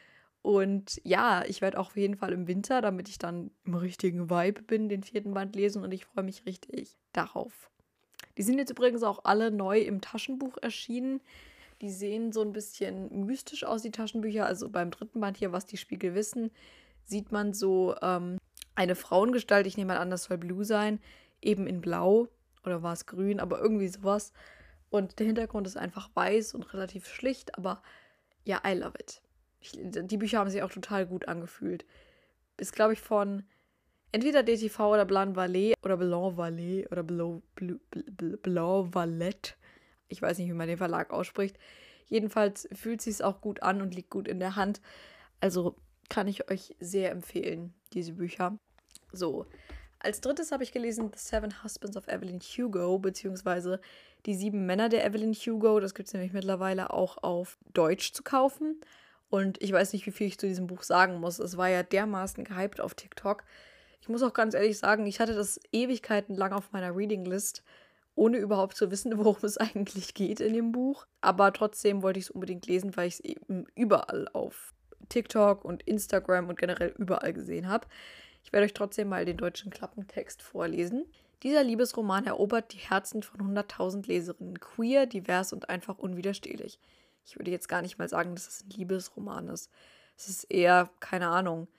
Und ja, ich werde auch auf jeden Fall im Winter, damit ich dann im richtigen Vibe bin, den vierten Band lesen und ich freue mich richtig darauf. Die sind jetzt übrigens auch alle neu im Taschenbuch erschienen. Die sehen so ein bisschen mystisch aus, die Taschenbücher. Also beim dritten Band hier, was die Spiegel wissen, sieht man so ähm, eine Frauengestalt. Ich nehme mal an, das soll Blue sein. Eben in Blau. Oder war es grün? Aber irgendwie sowas. Und der Hintergrund ist einfach weiß und relativ schlicht. Aber ja, I love it. Ich, die Bücher haben sich auch total gut angefühlt. Ist, glaube ich, von entweder D T V oder Blanc Vallée oder Blanc Vallée oder Blanc, Blanc, Blanc Valette. Ich weiß nicht, wie man den Verlag ausspricht. Jedenfalls fühlt es sich auch gut an und liegt gut in der Hand. Also kann ich euch sehr empfehlen, diese Bücher. So, als drittes habe ich gelesen The Seven Husbands of Evelyn Hugo, beziehungsweise Die sieben Männer der Evelyn Hugo. Das gibt es nämlich mittlerweile auch auf Deutsch zu kaufen. Und ich weiß nicht, wie viel ich zu diesem Buch sagen muss. Es war ja dermaßen gehypt auf TikTok. Ich muss auch ganz ehrlich sagen, ich hatte das Ewigkeiten lang auf meiner Reading List, ohne überhaupt zu wissen, worum es eigentlich geht in dem Buch. Aber trotzdem wollte ich es unbedingt lesen, weil ich es eben überall auf TikTok und Instagram und generell überall gesehen habe. Ich werde euch trotzdem mal den deutschen Klappentext vorlesen. Dieser Liebesroman erobert die Herzen von hunderttausend Leserinnen. Queer, divers und einfach unwiderstehlich. Ich würde jetzt gar nicht mal sagen, dass es ein Liebesroman ist. Es ist eher, keine Ahnung,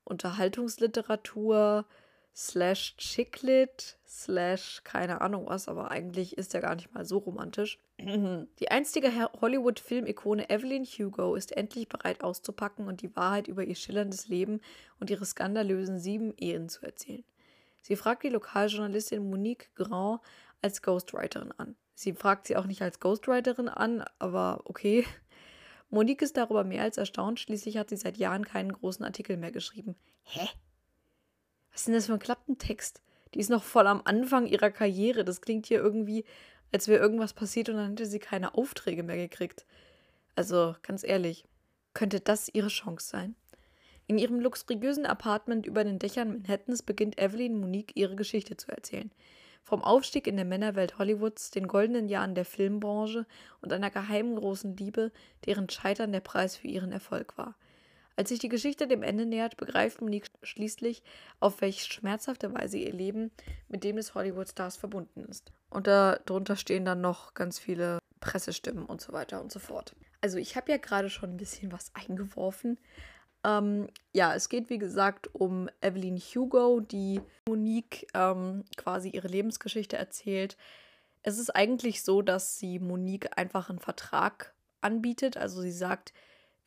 Unterhaltungsliteratur, slash Chicklit, slash keine Ahnung was, aber eigentlich ist er gar nicht mal so romantisch. Die einstige Hollywood-Filmikone Evelyn Hugo ist endlich bereit auszupacken und die Wahrheit über ihr schillerndes Leben und ihre skandalösen sieben Ehen zu erzählen. Sie fragt die Lokaljournalistin Monique Grand als Ghostwriterin an. Sie fragt sie auch nicht als Ghostwriterin an, aber okay. Monique ist darüber mehr als erstaunt, schließlich hat sie seit Jahren keinen großen Artikel mehr geschrieben. Hä? Was ist denn das für ein Klappentext? Die ist noch voll am Anfang ihrer Karriere. Das klingt hier irgendwie, als wäre irgendwas passiert und dann hätte sie keine Aufträge mehr gekriegt. Also, ganz ehrlich, könnte das ihre Chance sein? In ihrem luxuriösen Apartment über den Dächern Manhattans beginnt Evelyn Monique ihre Geschichte zu erzählen. Vom Aufstieg in der Männerwelt Hollywoods, den goldenen Jahren der Filmbranche und einer geheimen großen Liebe, deren Scheitern der Preis für ihren Erfolg war. Als sich die Geschichte dem Ende nähert, begreift Monique schließlich, auf welch schmerzhafte Weise ihr Leben mit dem des Hollywood-Stars verbunden ist. Und darunter stehen dann noch ganz viele Pressestimmen und so weiter und so fort. Also ich habe ja gerade schon ein bisschen was eingeworfen. Ähm, ja, es geht wie gesagt um Evelyn Hugo, die Monique ähm, quasi ihre Lebensgeschichte erzählt. Es ist eigentlich so, dass sie Monique einfach einen Vertrag anbietet. Also sie sagt,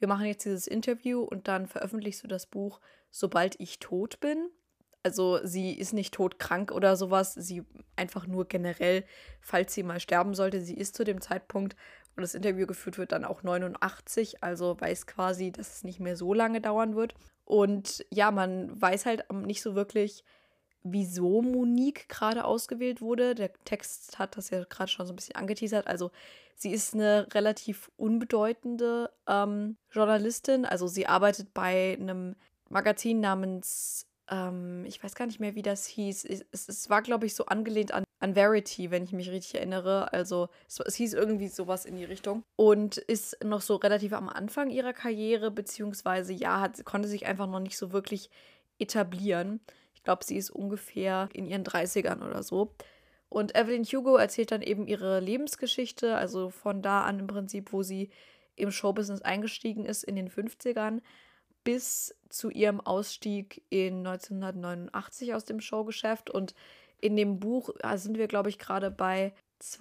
wir machen jetzt dieses Interview und dann veröffentlichst du das Buch, sobald ich tot bin. Also sie ist nicht todkrank oder sowas, sie einfach nur generell, falls sie mal sterben sollte, sie ist zu dem Zeitpunkt, wo das Interview geführt wird, dann auch neunundachtzig, also weiß quasi, dass es nicht mehr so lange dauern wird. Und ja, man weiß halt nicht so wirklich, wieso Monique gerade ausgewählt wurde. Der Text hat das ja gerade schon so ein bisschen angeteasert. Also sie ist eine relativ unbedeutende ähm, Journalistin. Also sie arbeitet bei einem Magazin namens, ähm, ich weiß gar nicht mehr, wie das hieß. Es, es war, glaube ich, so angelehnt an, an Verity, wenn ich mich richtig erinnere. Also es, es hieß irgendwie sowas in die Richtung. Und ist noch so relativ am Anfang ihrer Karriere, beziehungsweise ja, hat, konnte sich einfach noch nicht so wirklich etablieren. Ich glaube, sie ist ungefähr in ihren dreißigern oder so. Und Evelyn Hugo erzählt dann eben ihre Lebensgeschichte, also von da an im Prinzip, wo sie im Showbusiness eingestiegen ist in den fünfzigern, bis zu ihrem Ausstieg in neunzehnhundertneunundachtzig aus dem Showgeschäft. Und in dem Buch sind wir, glaube ich, gerade bei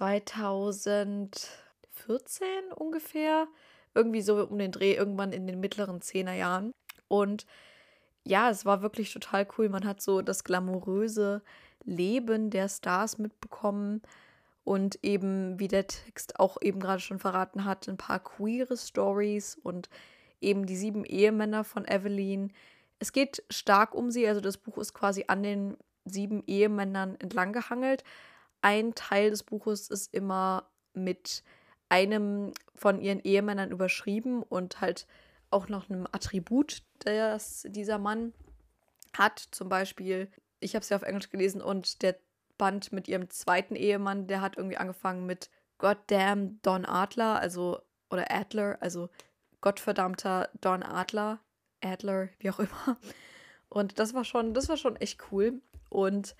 zweitausendvierzehn ungefähr. Irgendwie so um den Dreh, irgendwann in den mittleren Zehnerjahren. Und ja, es war wirklich total cool. Man hat so das glamouröse Leben der Stars mitbekommen und eben, wie der Text auch eben gerade schon verraten hat, ein paar queere Stories und eben die sieben Ehemänner von Evelyn. Es geht stark um sie, also das Buch ist quasi an den sieben Ehemännern entlang gehangelt. Ein Teil des Buches ist immer mit einem von ihren Ehemännern überschrieben und halt auch noch einem Attribut, das dieser Mann hat. Zum Beispiel, ich habe es ja auf Englisch gelesen und der Band mit ihrem zweiten Ehemann, der hat irgendwie angefangen mit Goddamn Don Adler, also, oder Adler, also gottverdammter Don Adler, Adler, wie auch immer. Und das war schon, das war schon echt cool. Und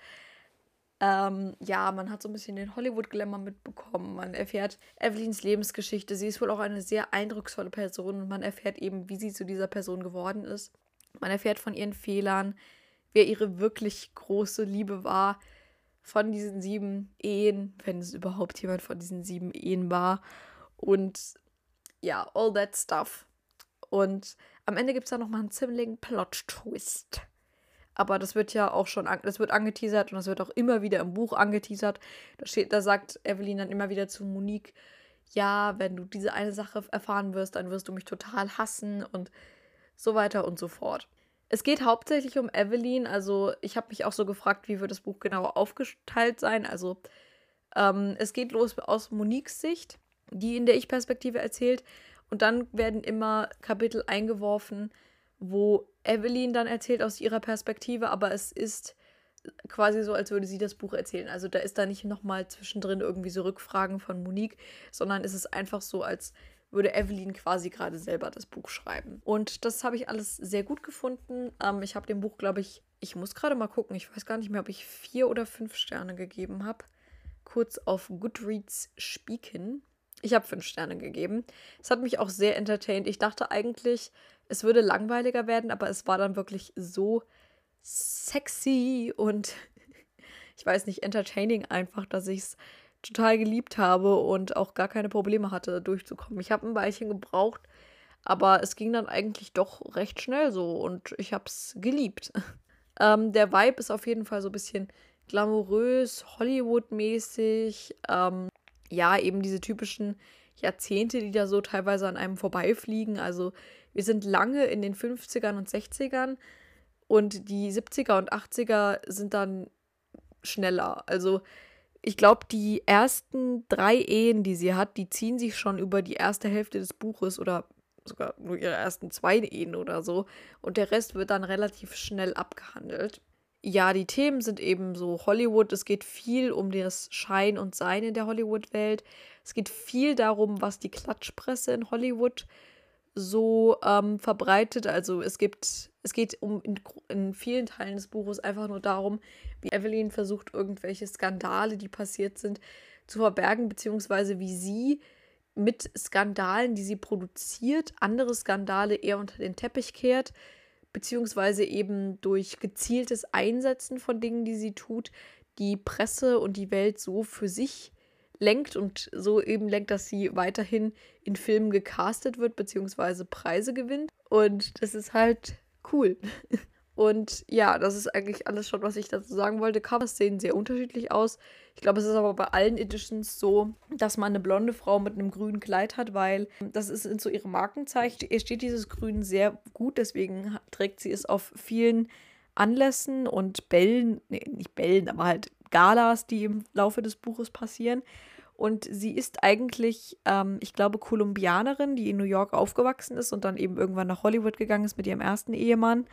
Ähm, ja, man hat so ein bisschen den Hollywood-Glamour mitbekommen. Man erfährt Evelyns Lebensgeschichte. Sie ist wohl auch eine sehr eindrucksvolle Person und man erfährt eben, wie sie zu dieser Person geworden ist. Man erfährt von ihren Fehlern, wer ihre wirklich große Liebe war, von diesen sieben Ehen, wenn es überhaupt jemand von diesen sieben Ehen war. Und ja, all that stuff. Und am Ende gibt es dann nochmal einen ziemlichen Plot-Twist. Aber das wird ja auch schon, an, das wird angeteasert und das wird auch immer wieder im Buch angeteasert. Da steht, da sagt Evelyn dann immer wieder zu Monique, ja, wenn du diese eine Sache erfahren wirst, dann wirst du mich total hassen und so weiter und so fort. Es geht hauptsächlich um Evelyn, also ich habe mich auch so gefragt, wie wird das Buch genau aufgeteilt sein. Also ähm, es geht los aus Moniques Sicht, die in der Ich-Perspektive erzählt und dann werden immer Kapitel eingeworfen, wo Evelyn dann erzählt aus ihrer Perspektive, aber es ist quasi so, als würde sie das Buch erzählen. Also da ist da nicht nochmal zwischendrin irgendwie so Rückfragen von Monique, sondern es ist einfach so, als würde Evelyn quasi gerade selber das Buch schreiben. Und das habe ich alles sehr gut gefunden. Ähm, ich habe dem Buch, glaube ich, ich muss gerade mal gucken, ich weiß gar nicht mehr, ob ich vier oder fünf Sterne gegeben habe. Kurz auf Goodreads spieken. Ich habe fünf Sterne gegeben. Es hat mich auch sehr entertained. Ich dachte eigentlich, es würde langweiliger werden, aber es war dann wirklich so sexy und ich weiß nicht, entertaining einfach, dass ich es total geliebt habe und auch gar keine Probleme hatte, durchzukommen. Ich habe ein Weilchen gebraucht, aber es ging dann eigentlich doch recht schnell so und ich habe es geliebt. ähm, der Vibe ist auf jeden Fall so ein bisschen glamourös, Hollywood-mäßig. Ähm, ja, eben diese typischen Jahrzehnte, die da so teilweise an einem vorbeifliegen. Also wir sind lange in den fünfzigern und sechzigern und die siebziger und achtziger sind dann schneller. Also ich glaube, die ersten drei Ehen, die sie hat, die ziehen sich schon über die erste Hälfte des Buches oder sogar nur ihre ersten zwei Ehen oder so. Und der Rest wird dann relativ schnell abgehandelt. Ja, die Themen sind eben so Hollywood. Es geht viel um das Schein und Sein in der Hollywood-Welt. Es geht viel darum, was die Klatschpresse in Hollywood so ähm, verbreitet. Also es gibt, es geht um in, in vielen Teilen des Buches einfach nur darum, wie Evelyn versucht, irgendwelche Skandale, die passiert sind, zu verbergen, beziehungsweise wie sie mit Skandalen, die sie produziert, andere Skandale eher unter den Teppich kehrt, beziehungsweise eben durch gezieltes Einsetzen von Dingen, die sie tut, die Presse und die Welt so für sich lenkt und so eben lenkt, dass sie weiterhin in Filmen gecastet wird, beziehungsweise Preise gewinnt. Und das ist halt cool. Und ja, das ist eigentlich alles schon, was ich dazu sagen wollte. Covers sehen sehr unterschiedlich aus. Ich glaube, es ist aber bei allen Editions so, dass man eine blonde Frau mit einem grünen Kleid hat, weil das ist so ihre Markenzeichen. Ihr steht dieses Grün sehr gut, deswegen trägt sie es auf vielen Anlässen und Bällen, nee, nicht Bällen, aber halt Galas, die im Laufe des Buches passieren. Und sie ist eigentlich, ähm, ich glaube, Kolumbianerin, die in New York aufgewachsen ist und dann eben irgendwann nach Hollywood gegangen ist mit ihrem ersten Ehemann.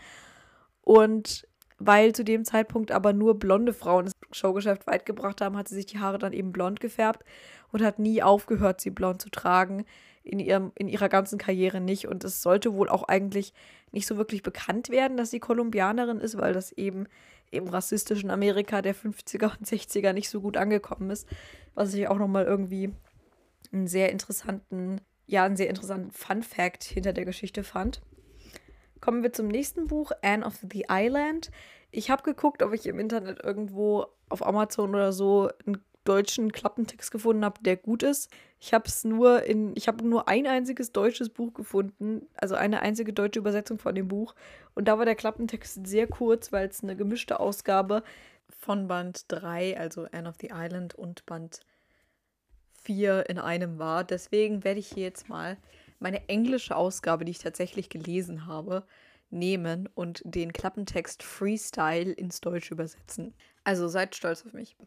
Und weil zu dem Zeitpunkt aber nur blonde Frauen das Showgeschäft weit gebracht haben, hat sie sich die Haare dann eben blond gefärbt und hat nie aufgehört, sie blond zu tragen. In ihrem, in ihrer ganzen Karriere nicht. Und es sollte wohl auch eigentlich nicht so wirklich bekannt werden, dass sie Kolumbianerin ist, weil das eben im rassistischen Amerika der fünfziger und sechziger nicht so gut angekommen ist. Was ich auch nochmal irgendwie einen sehr interessanten, ja, einen sehr interessanten Fun-Fact hinter der Geschichte fand. Kommen wir zum nächsten Buch, Anne of the Island. Ich habe geguckt, ob ich im Internet irgendwo auf Amazon oder so einen deutschen Klappentext gefunden habe, der gut ist. Ich habe es nur in, ich habe nur ein einziges deutsches Buch gefunden, also eine einzige deutsche Übersetzung von dem Buch. Und da war der Klappentext sehr kurz, weil es eine gemischte Ausgabe von Band drei, also Anne of the Island, und Band vier in einem war. Deswegen werde ich hier jetzt mal meine englische Ausgabe, die ich tatsächlich gelesen habe, nehmen und den Klappentext Freestyle ins Deutsche übersetzen. Also seid stolz auf mich.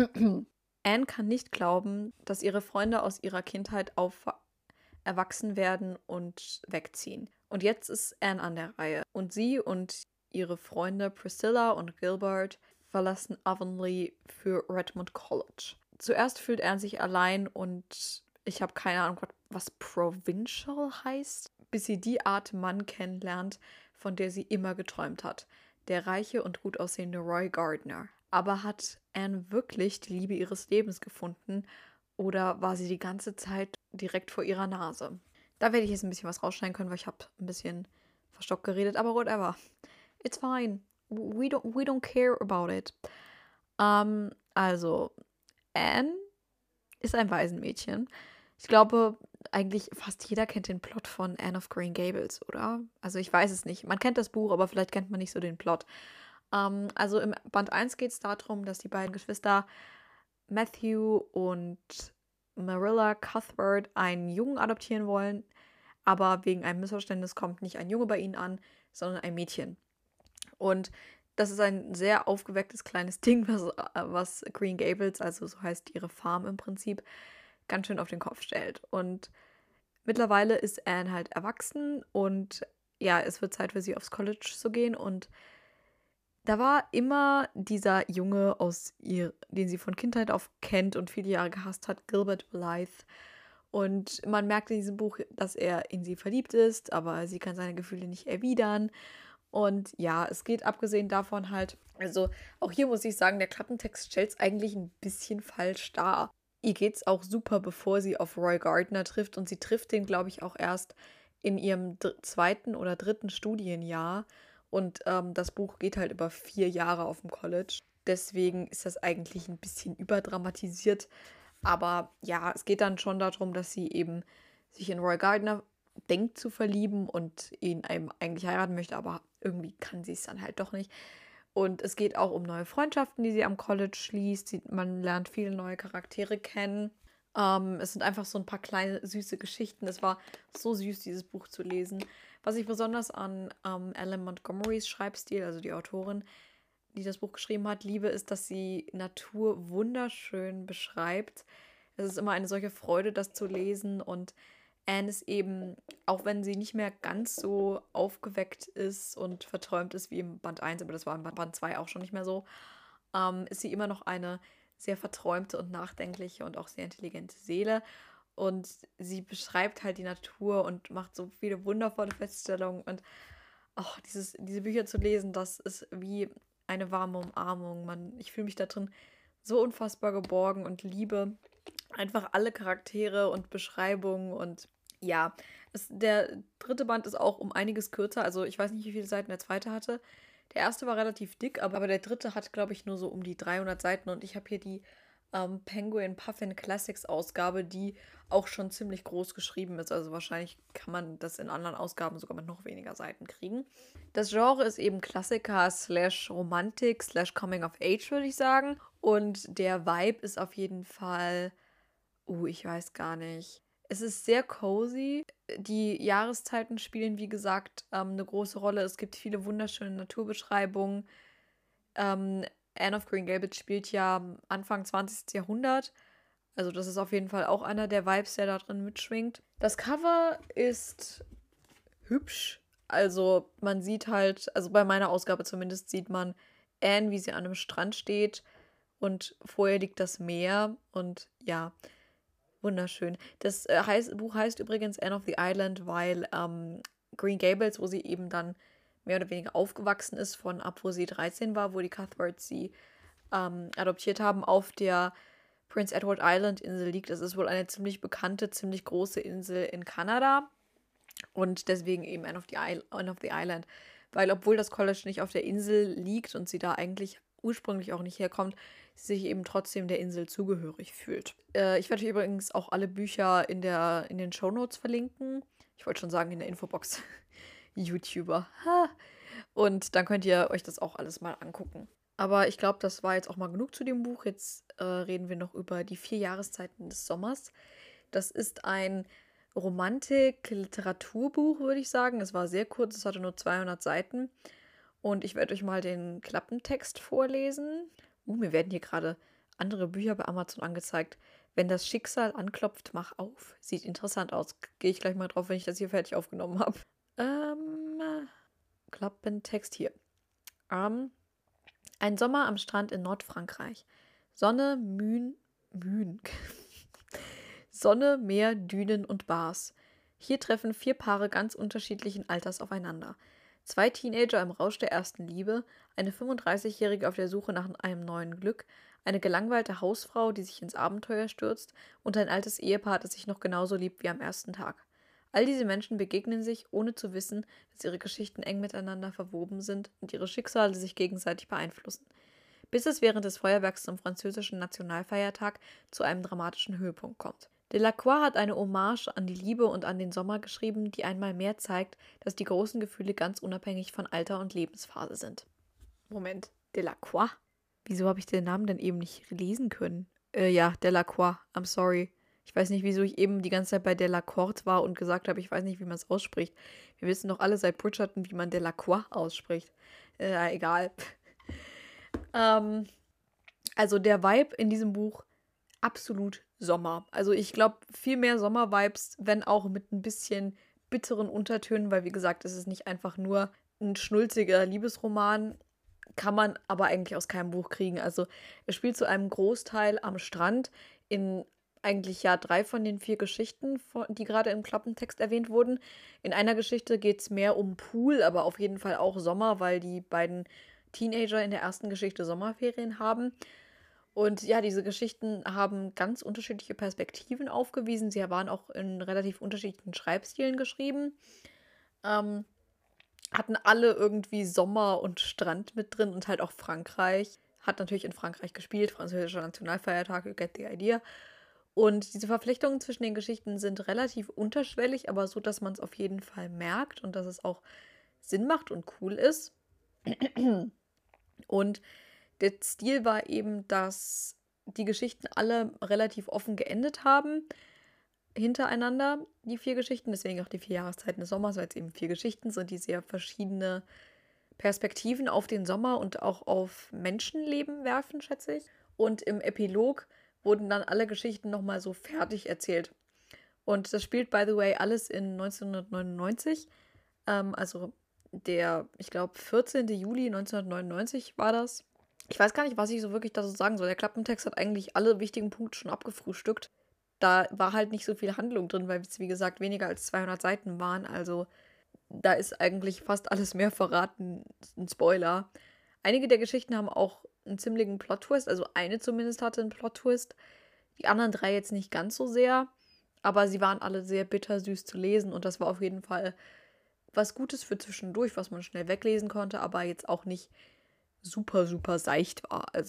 Anne kann nicht glauben, dass ihre Freunde aus ihrer Kindheit auf erwachsen werden und wegziehen. Und jetzt ist Anne an der Reihe. Und sie und ihre Freunde Priscilla und Gilbert verlassen Avonlea für Redmond College. Zuerst fühlt Anne sich allein und ich habe keine Ahnung, was provincial heißt, bis sie die Art Mann kennenlernt, von der sie immer geträumt hat. Der reiche und gut aussehende Roy Gardner. Aber hat Anne wirklich die Liebe ihres Lebens gefunden oder war sie die ganze Zeit direkt vor ihrer Nase? Da werde ich jetzt ein bisschen was rausschneiden können, weil ich habe ein bisschen verstockt geredet, aber whatever. It's fine. We don't, we don't care about it. Ähm, also, Anne ist ein Waisenmädchen. Ich glaube, eigentlich fast jeder kennt den Plot von Anne of Green Gables, oder? Also ich weiß es nicht. Man kennt das Buch, aber vielleicht kennt man nicht so den Plot. Ähm, also im Band eins geht es darum, dass die beiden Geschwister Matthew und Marilla Cuthbert einen Jungen adoptieren wollen, aber wegen einem Missverständnis kommt nicht ein Junge bei ihnen an, sondern ein Mädchen. Und das ist ein sehr aufgewecktes kleines Ding, was, was Green Gables, also so heißt ihre Farm im Prinzip, ganz schön auf den Kopf stellt. Und mittlerweile ist Anne halt erwachsen und ja, es wird Zeit für sie aufs College zu gehen. Und da war immer dieser Junge, aus ihr, den sie von Kindheit auf kennt und viele Jahre gehasst hat, Gilbert Blythe. Und man merkt in diesem Buch, dass er in sie verliebt ist, aber sie kann seine Gefühle nicht erwidern. Und ja, es geht abgesehen davon halt, also auch hier muss ich sagen, der Klappentext stellt es eigentlich ein bisschen falsch dar. Ihr geht's auch super, bevor sie auf Roy Gardner trifft. Und sie trifft den, glaube ich, auch erst in ihrem dr- zweiten oder dritten Studienjahr. Und ähm, das Buch geht halt über vier Jahre auf dem College. Deswegen ist das eigentlich ein bisschen überdramatisiert. Aber ja, es geht dann schon darum, dass sie eben sich in Roy Gardner denkt zu verlieben und ihn einem eigentlich heiraten möchte, aber irgendwie kann sie es dann halt doch nicht. Und es geht auch um neue Freundschaften, die sie am College schließt. Sie, man lernt viele neue Charaktere kennen. Ähm, es sind einfach so ein paar kleine, süße Geschichten. Es war so süß, dieses Buch zu lesen. Was ich besonders an ähm, Ellen Montgomerys Schreibstil, also die Autorin, die das Buch geschrieben hat, liebe, ist, dass sie Natur wunderschön beschreibt. Es ist immer eine solche Freude, das zu lesen. Und Anne ist eben, auch wenn sie nicht mehr ganz so aufgeweckt ist und verträumt ist wie im Band eins, aber das war im Band zwei auch schon nicht mehr so, ähm, ist sie immer noch eine sehr verträumte und nachdenkliche und auch sehr intelligente Seele. Und sie beschreibt halt die Natur und macht so viele wundervolle Feststellungen. Und oh, dieses, diese Bücher zu lesen, das ist wie eine warme Umarmung. Man, ich fühle mich da drin so unfassbar geborgen und liebe einfach alle Charaktere und Beschreibungen. Und ja, es, der dritte Band ist auch um einiges kürzer. Also ich weiß nicht, wie viele Seiten der zweite hatte. Der erste war relativ dick, aber, aber der dritte hat, glaube ich, nur so um die dreihundert Seiten. Und ich habe hier die ähm, Penguin Puffin Classics Ausgabe, die auch schon ziemlich groß geschrieben ist. Also wahrscheinlich kann man das in anderen Ausgaben sogar mit noch weniger Seiten kriegen. Das Genre ist eben Klassiker slash Romantik slash Coming of Age, würde ich sagen. Und der Vibe ist auf jeden Fall, uh, ich weiß gar nicht. Es ist sehr cozy. Die Jahreszeiten spielen, wie gesagt, ähm, eine große Rolle. Es gibt viele wunderschöne Naturbeschreibungen. Ähm, Anne of Green Gables spielt ja Anfang zwanzigsten Jahrhundert. Also das ist auf jeden Fall auch einer der Vibes, der da drin mitschwingt. Das Cover ist hübsch. Also man sieht halt, also bei meiner Ausgabe zumindest sieht man Anne, wie sie an einem Strand steht und vor ihr liegt das Meer und ja, wunderschön. Das äh, heißt, Buch heißt übrigens Anne of the Island, weil ähm, Green Gables, wo sie eben dann mehr oder weniger aufgewachsen ist, von ab wo sie dreizehn war, wo die Cuthberts sie ähm, adoptiert haben, auf der Prince Edward Island Insel liegt. Das ist wohl eine ziemlich bekannte, ziemlich große Insel in Kanada und deswegen eben Anne of the, Isle Anne of the Island, weil obwohl das College nicht auf der Insel liegt und sie da eigentlich ursprünglich auch nicht herkommt, sie sich eben trotzdem der Insel zugehörig fühlt. Äh, ich werde euch übrigens auch alle Bücher in, der, in den Shownotes verlinken. Ich wollte schon sagen, in der Infobox. YouTuber. Ha. Und dann könnt ihr euch das auch alles mal angucken. Aber ich glaube, das war jetzt auch mal genug zu dem Buch. Jetzt äh, reden wir noch über die vier Jahreszeiten des Sommers. Das ist ein Romantik-Literaturbuch, würde ich sagen. Es war sehr kurz, es hatte nur zweihundert Seiten. Und ich werde euch mal den Klappentext vorlesen. Uh, mir werden hier gerade andere Bücher bei Amazon angezeigt. Wenn das Schicksal anklopft, mach auf. Sieht interessant aus. Gehe ich gleich mal drauf, wenn ich das hier fertig aufgenommen habe. Ähm, Klappentext hier. Ähm, ein Sommer am Strand in Nordfrankreich. Sonne, Mühen, Mühen. Sonne, Meer, Dünen und Bars. Hier treffen vier Paare ganz unterschiedlichen Alters aufeinander. Zwei Teenager im Rausch der ersten Liebe, eine fünfunddreißigjährige auf der Suche nach einem neuen Glück, eine gelangweilte Hausfrau, die sich ins Abenteuer stürzt und ein altes Ehepaar, das sich noch genauso liebt wie am ersten Tag. All diese Menschen begegnen sich, ohne zu wissen, dass ihre Geschichten eng miteinander verwoben sind und ihre Schicksale sich gegenseitig beeinflussen. Bis es während des Feuerwerks zum französischen Nationalfeiertag zu einem dramatischen Höhepunkt kommt. Delacroix hat eine Hommage an die Liebe und an den Sommer geschrieben, die einmal mehr zeigt, dass die großen Gefühle ganz unabhängig von Alter und Lebensphase sind. Moment, Delacroix? Wieso habe ich den Namen denn eben nicht lesen können? Äh, ja, Delacroix, I'm sorry. Ich weiß nicht, wieso ich eben die ganze Zeit bei Delacourt war und gesagt habe, ich weiß nicht, wie man es ausspricht. Wir wissen doch alle seit Bridgerton, wie man Delacroix ausspricht. Äh, egal. ähm, also der Vibe in diesem Buch, absolut Sommer. Also ich glaube, viel mehr Sommer-Vibes, wenn auch mit ein bisschen bitteren Untertönen, weil wie gesagt, es ist nicht einfach nur ein schnulziger Liebesroman, kann man aber eigentlich aus keinem Buch kriegen. Also es spielt zu einem Großteil am Strand in eigentlich ja drei von den vier Geschichten, die gerade im Klappentext erwähnt wurden. In einer Geschichte geht es mehr um Pool, aber auf jeden Fall auch Sommer, weil die beiden Teenager in der ersten Geschichte Sommerferien haben. Und ja, diese Geschichten haben ganz unterschiedliche Perspektiven aufgewiesen. Sie waren auch in relativ unterschiedlichen Schreibstilen geschrieben. Ähm, hatten alle irgendwie Sommer und Strand mit drin und halt auch Frankreich. Hat natürlich in Frankreich gespielt, französischer Nationalfeiertag, you get the idea. Und diese Verflechtungen zwischen den Geschichten sind relativ unterschwellig, aber so, dass man es auf jeden Fall merkt und dass es auch Sinn macht und cool ist. Und der Stil war eben, dass die Geschichten alle relativ offen geendet haben, hintereinander, die vier Geschichten. Deswegen auch die vier Jahreszeiten des Sommers, weil es eben vier Geschichten sind, die sehr verschiedene Perspektiven auf den Sommer und auch auf Menschenleben werfen, schätze ich. Und im Epilog wurden dann alle Geschichten nochmal so fertig erzählt. Und das spielt, by the way, alles in neunzehnhundertneunundneunzig. Ähm, also der, ich glaube, vierzehnten Juli neunzehnhundertneunundneunzig war das. Ich weiß gar nicht, was ich so wirklich dazu sagen soll. Der Klappentext hat eigentlich alle wichtigen Punkte schon abgefrühstückt. Da war halt nicht so viel Handlung drin, weil es, wie gesagt, weniger als zweihundert Seiten waren. Also da ist eigentlich fast alles mehr verraten. Ein Spoiler. Einige der Geschichten haben auch einen ziemlichen Plot-Twist. Also eine zumindest hatte einen Plot-Twist. Die anderen drei jetzt nicht ganz so sehr. Aber sie waren alle sehr bittersüß zu lesen. Und das war auf jeden Fall was Gutes für zwischendurch, was man schnell weglesen konnte. Aber jetzt auch nicht super, super seicht war. Also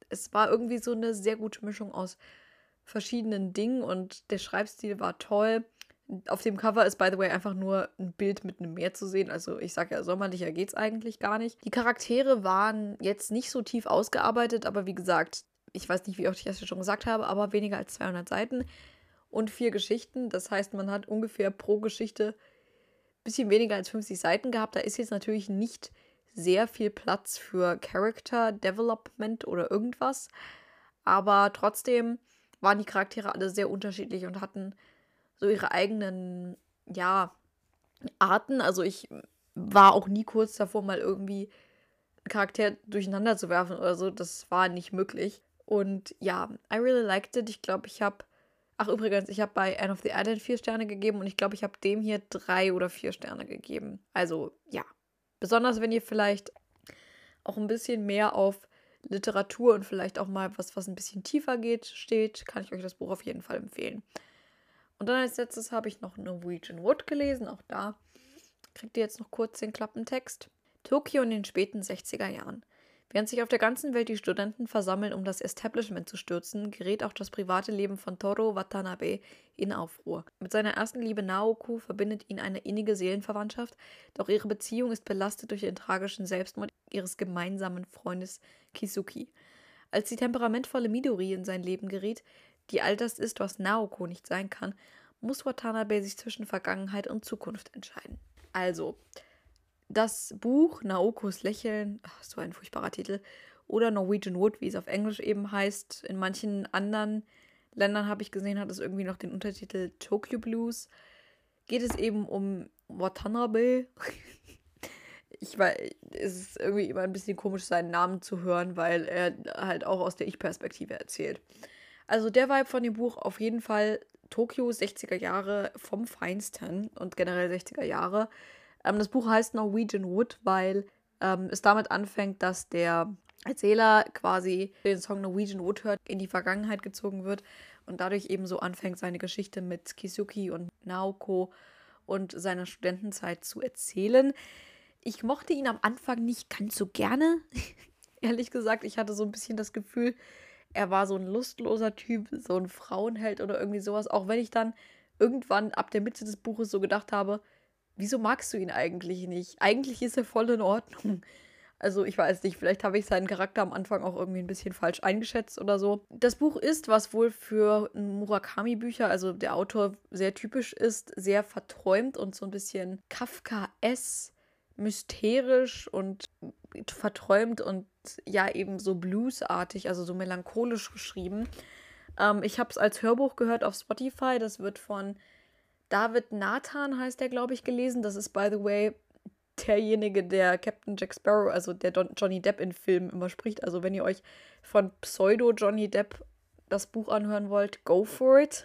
es war irgendwie so eine sehr gute Mischung aus verschiedenen Dingen und der Schreibstil war toll. Auf dem Cover ist, by the way, einfach nur ein Bild mit einem Meer zu sehen. Also ich sage ja, sommerlicher geht's eigentlich gar nicht. Die Charaktere waren jetzt nicht so tief ausgearbeitet, aber wie gesagt, ich weiß nicht, wie oft ich das schon gesagt habe, aber weniger als zweihundert Seiten und vier Geschichten. Das heißt, man hat ungefähr pro Geschichte ein bisschen weniger als fünfzig Seiten gehabt. Da ist jetzt natürlich nicht sehr viel Platz für Character Development oder irgendwas. Aber trotzdem waren die Charaktere alle sehr unterschiedlich und hatten so ihre eigenen, ja, Arten. Also ich war auch nie kurz davor, mal irgendwie einen Charakter durcheinander zu werfen oder so. Das war nicht möglich. Und ja, I really liked it. Ich glaube, ich habe, ach übrigens, ich habe bei Anne of the Island vier Sterne gegeben und ich glaube, ich habe dem hier drei oder vier Sterne gegeben. Also ja, besonders wenn ihr vielleicht auch ein bisschen mehr auf Literatur und vielleicht auch mal was, was ein bisschen tiefer geht, steht, kann ich euch das Buch auf jeden Fall empfehlen. Und dann als letztes habe ich noch Norwegian Wood gelesen. Auch da kriegt ihr jetzt noch kurz den Klappentext. Tokio in den späten sechziger Jahren. Während sich auf der ganzen Welt die Studenten versammeln, um das Establishment zu stürzen, gerät auch das private Leben von Toru Watanabe in Aufruhr. Mit seiner ersten Liebe Naoko verbindet ihn eine innige Seelenverwandtschaft, doch ihre Beziehung ist belastet durch den tragischen Selbstmord ihres gemeinsamen Freundes Kisuki. Als die temperamentvolle Midori in sein Leben gerät, die all das ist, was Naoko nicht sein kann, muss Watanabe sich zwischen Vergangenheit und Zukunft entscheiden. Also, das Buch Naokos Lächeln, ach, so ein furchtbarer Titel, oder Norwegian Wood, wie es auf Englisch eben heißt. In manchen anderen Ländern habe ich gesehen, hat es irgendwie noch den Untertitel Tokyo Blues. Geht es eben um Watanabe. Ich weiß, es ist irgendwie immer ein bisschen komisch, seinen Namen zu hören, weil er halt auch aus der Ich-Perspektive erzählt. Also der Vibe von dem Buch auf jeden Fall Tokio sechziger Jahre vom Feinsten und generell sechziger Jahre. Ähm, das Buch heißt Norwegian Wood, weil ähm, es damit anfängt, dass der Erzähler quasi den Song Norwegian Wood hört, in die Vergangenheit gezogen wird und dadurch eben so anfängt, seine Geschichte mit Kisuki und Naoko und seiner Studentenzeit zu erzählen. Ich mochte ihn am Anfang nicht ganz so gerne. Ehrlich gesagt, ich hatte so ein bisschen das Gefühl, er war so ein lustloser Typ, so ein Frauenheld oder irgendwie sowas. Auch wenn ich dann irgendwann ab der Mitte des Buches so gedacht habe, wieso magst du ihn eigentlich nicht? Eigentlich ist er voll in Ordnung. Also ich weiß nicht, vielleicht habe ich seinen Charakter am Anfang auch irgendwie ein bisschen falsch eingeschätzt oder so. Das Buch ist, was wohl für Murakami-Bücher, also der Autor, sehr typisch ist, sehr verträumt und so ein bisschen Kafkaesk, mysterisch und verträumt und ja eben so bluesartig, also so melancholisch geschrieben. Ähm, ich habe es als Hörbuch gehört auf Spotify. Das wird von David Nathan, heißt der, glaube ich, gelesen. Das ist, by the way, derjenige, der Captain Jack Sparrow, also der Don Johnny Depp in Filmen immer spricht. Also wenn ihr euch von Pseudo-Johnny Depp das Buch anhören wollt, go for it.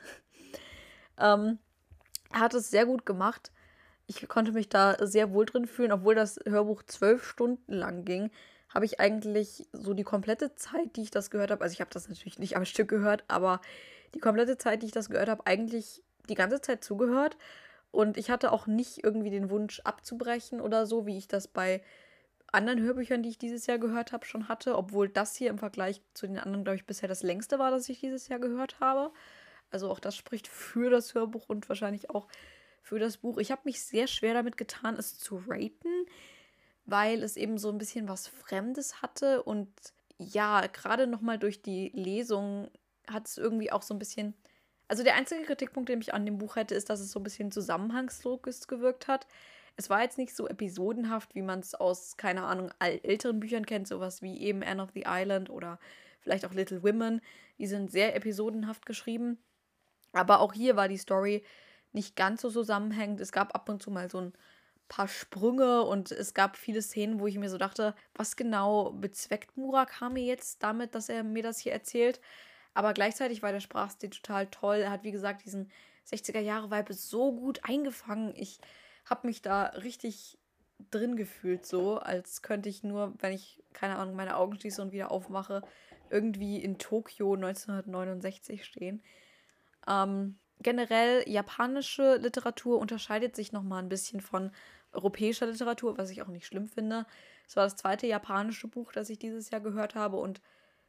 ähm, er hat es sehr gut gemacht. Ich konnte mich da sehr wohl drin fühlen, obwohl das Hörbuch zwölf Stunden lang ging, habe ich eigentlich so die komplette Zeit, die ich das gehört habe, also ich habe das natürlich nicht am Stück gehört, aber die komplette Zeit, die ich das gehört habe, eigentlich die ganze Zeit zugehört. Und ich hatte auch nicht irgendwie den Wunsch abzubrechen oder so, wie ich das bei anderen Hörbüchern, die ich dieses Jahr gehört habe, schon hatte, obwohl das hier im Vergleich zu den anderen, glaube ich, bisher das längste war, das ich dieses Jahr gehört habe. Also auch das spricht für das Hörbuch und wahrscheinlich auch für das Buch. Ich habe mich sehr schwer damit getan, es zu raten, weil es eben so ein bisschen was Fremdes hatte. Und ja, gerade nochmal durch die Lesung hat es irgendwie auch so ein bisschen... Also der einzige Kritikpunkt, den ich an dem Buch hätte, ist, dass es so ein bisschen zusammenhangslos gewirkt hat. Es war jetzt nicht so episodenhaft, wie man es aus, keine Ahnung, älteren Büchern kennt, sowas wie eben Anne of the Island oder vielleicht auch Little Women. Die sind sehr episodenhaft geschrieben. Aber auch hier war die Story nicht ganz so zusammenhängend. Es gab ab und zu mal so ein paar Sprünge und es gab viele Szenen, wo ich mir so dachte, was genau bezweckt Murakami jetzt damit, dass er mir das hier erzählt? Aber gleichzeitig war der Sprachstil total toll. Er hat, wie gesagt, diesen sechziger-Jahre-Vibe so gut eingefangen. Ich habe mich da richtig drin gefühlt, so, als könnte ich nur, wenn ich, keine Ahnung, meine Augen schließe und wieder aufmache, irgendwie in Tokio neunzehnhundertneunundsechzig stehen. Ähm, generell, japanische Literatur unterscheidet sich nochmal ein bisschen von europäischer Literatur, was ich auch nicht schlimm finde. Es war das zweite japanische Buch, das ich dieses Jahr gehört habe und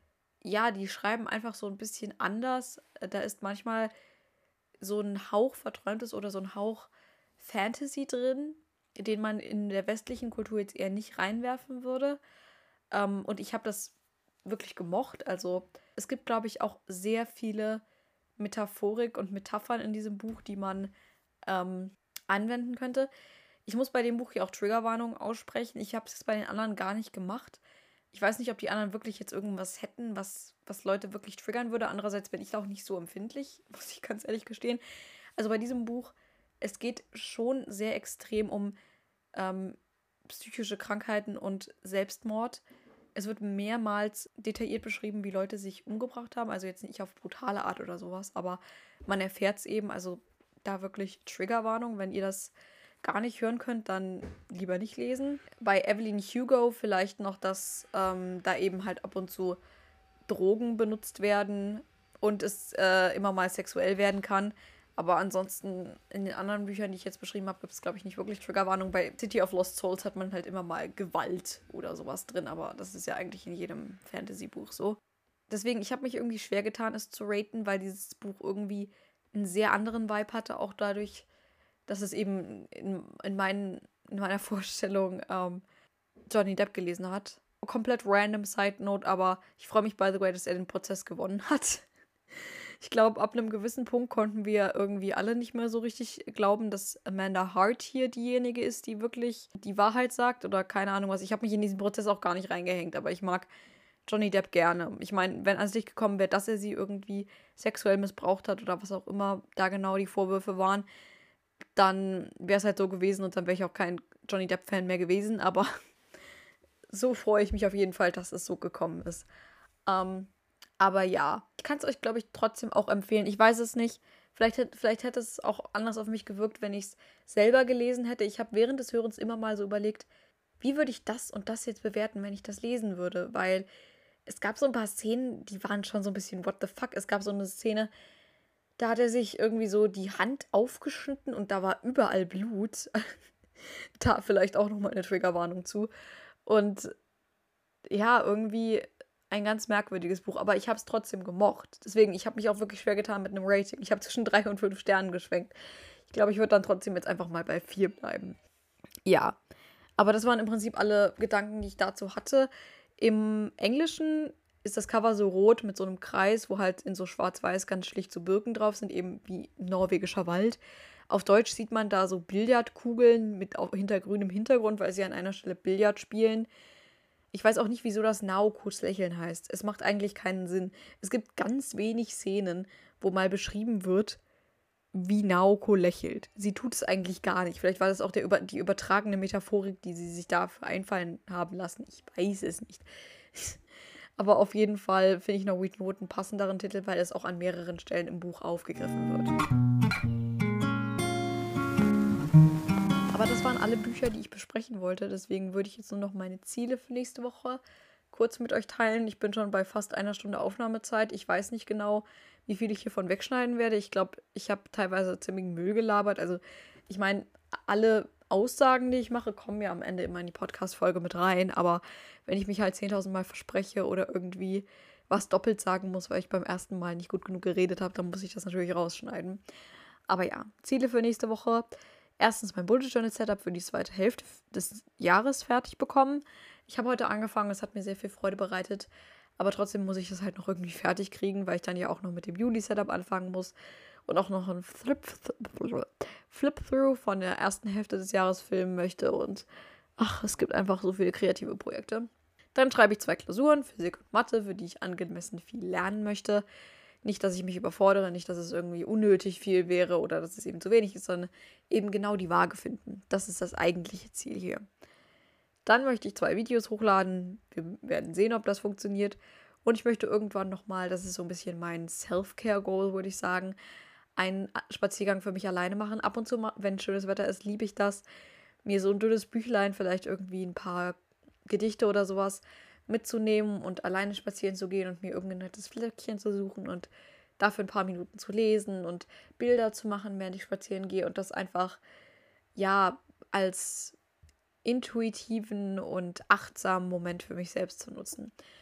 ja, die schreiben einfach so ein bisschen anders. Da ist manchmal so ein Hauch Verträumtes oder so ein Hauch Fantasy drin, den man in der westlichen Kultur jetzt eher nicht reinwerfen würde. Ähm, und ich habe das wirklich gemocht. Also es gibt, glaube ich, auch sehr viele Metaphorik und Metaphern in diesem Buch, die man ähm, anwenden könnte. Ich muss bei dem Buch hier auch Triggerwarnungen aussprechen. Ich habe es jetzt bei den anderen gar nicht gemacht. Ich weiß nicht, ob die anderen wirklich jetzt irgendwas hätten, was, was Leute wirklich triggern würde. Andererseits bin ich auch nicht so empfindlich, muss ich ganz ehrlich gestehen. Also bei diesem Buch, es geht schon sehr extrem um ähm, psychische Krankheiten und Selbstmord. Es wird mehrmals detailliert beschrieben, wie Leute sich umgebracht haben. Also jetzt nicht auf brutale Art oder sowas, aber man erfährt es eben. Also da wirklich Triggerwarnung. Wenn ihr das gar nicht hören könnt, dann lieber nicht lesen. Bei Evelyn Hugo vielleicht noch, dass ähm, da eben halt ab und zu Drogen benutzt werden und es äh, immer mal sexuell werden kann. Aber ansonsten in den anderen Büchern, die ich jetzt beschrieben habe, gibt es, glaube ich, nicht wirklich Triggerwarnung. Bei City of Lost Souls hat man halt immer mal Gewalt oder sowas drin, aber das ist ja eigentlich in jedem Fantasy-Buch so. Deswegen, ich habe mich irgendwie schwer getan, es zu raten, weil dieses Buch irgendwie einen sehr anderen Vibe hatte, auch dadurch, dass es eben in, in, meinen, in meiner Vorstellung ähm, Johnny Depp gelesen hat. Komplett random Side Note, aber ich freue mich, by the way, dass er den Prozess gewonnen hat. Ich glaube, ab einem gewissen Punkt konnten wir irgendwie alle nicht mehr so richtig glauben, dass Amanda Hart hier diejenige ist, die wirklich die Wahrheit sagt oder keine Ahnung was. Ich habe mich in diesen Prozess auch gar nicht reingehängt, aber ich mag Johnny Depp gerne. Ich meine, wenn ans Licht gekommen wäre, dass er sie irgendwie sexuell missbraucht hat oder was auch immer da genau die Vorwürfe waren, dann wäre es halt so gewesen und dann wäre ich auch kein Johnny Depp-Fan mehr gewesen, aber so freue ich mich auf jeden Fall, dass es so gekommen ist. Ähm, aber ja, ich kann es euch, glaube ich, trotzdem auch empfehlen. Ich weiß es nicht. Vielleicht, hätt, vielleicht hätte es auch anders auf mich gewirkt, wenn ich es selber gelesen hätte. Ich habe während des Hörens immer mal so überlegt, wie würde ich das und das jetzt bewerten, wenn ich das lesen würde? Weil es gab so ein paar Szenen, die waren schon so ein bisschen what the fuck. Es gab so eine Szene, da hat er sich irgendwie so die Hand aufgeschnitten und da war überall Blut. Da vielleicht auch nochmal eine Triggerwarnung zu. Und ja, irgendwie ein ganz merkwürdiges Buch, aber ich habe es trotzdem gemocht. Deswegen, ich habe mich auch wirklich schwer getan mit einem Rating. Ich habe zwischen drei und fünf Sternen geschwenkt. Ich glaube, ich würde dann trotzdem jetzt einfach mal bei vier bleiben. Ja, aber das waren im Prinzip alle Gedanken, die ich dazu hatte. Im Englischen ist das Cover so rot mit so einem Kreis, wo halt in so schwarz-weiß ganz schlicht so Birken drauf sind, eben wie norwegischer Wald. Auf Deutsch sieht man da so Billardkugeln mit auch hintergrünem Hintergrund, weil sie an einer Stelle Billard spielen. Ich weiß auch nicht, wieso das Naokos Lächeln heißt. Es macht eigentlich keinen Sinn. Es gibt ganz wenig Szenen, wo mal beschrieben wird, wie Naoko lächelt. Sie tut es eigentlich gar nicht. Vielleicht war das auch der, die übertragene Metaphorik, die sie sich dafür einfallen haben lassen. Ich weiß es nicht. Aber auf jeden Fall finde ich Norwegian Wood einen passenderen Titel, weil es auch an mehreren Stellen im Buch aufgegriffen wird. Aber das waren alle Bücher, die ich besprechen wollte. Deswegen würde ich jetzt nur noch meine Ziele für nächste Woche kurz mit euch teilen. Ich bin schon bei fast einer Stunde Aufnahmezeit. Ich weiß nicht genau, wie viel ich hiervon wegschneiden werde. Ich glaube, ich habe teilweise ziemlich Müll gelabert. Also ich meine, alle Aussagen, die ich mache, kommen ja am Ende immer in die Podcast-Folge mit rein. Aber wenn ich mich halt zehntausend Mal verspreche oder irgendwie was doppelt sagen muss, weil ich beim ersten Mal nicht gut genug geredet habe, dann muss ich das natürlich rausschneiden. Aber ja, Ziele für nächste Woche. Erstens mein Bullet Journal Setup für die zweite Hälfte des Jahres fertig bekommen. Ich habe heute angefangen, es hat mir sehr viel Freude bereitet, aber trotzdem muss ich das halt noch irgendwie fertig kriegen, weil ich dann ja auch noch mit dem Juli-Setup anfangen muss und auch noch ein Flip-Through von der ersten Hälfte des Jahres filmen möchte und ach, es gibt einfach so viele kreative Projekte. Dann schreibe ich zwei Klausuren, Physik und Mathe, für die ich angemessen viel lernen möchte. Nicht, dass ich mich überfordere, nicht, dass es irgendwie unnötig viel wäre oder dass es eben zu wenig ist, sondern eben genau die Waage finden. Das ist das eigentliche Ziel hier. Dann möchte ich zwei Videos hochladen. Wir werden sehen, ob das funktioniert. Und ich möchte irgendwann nochmal, das ist so ein bisschen mein Self-Care-Goal, würde ich sagen, einen Spaziergang für mich alleine machen. Ab und zu, wenn schönes Wetter ist, liebe ich das. Mir so ein dünnes Büchlein, vielleicht irgendwie ein paar Gedichte oder sowas mitzunehmen und alleine spazieren zu gehen und mir irgendein nettes Fleckchen zu suchen und dafür ein paar Minuten zu lesen und Bilder zu machen, während ich spazieren gehe und das einfach, ja, als intuitiven und achtsamen Moment für mich selbst zu nutzen.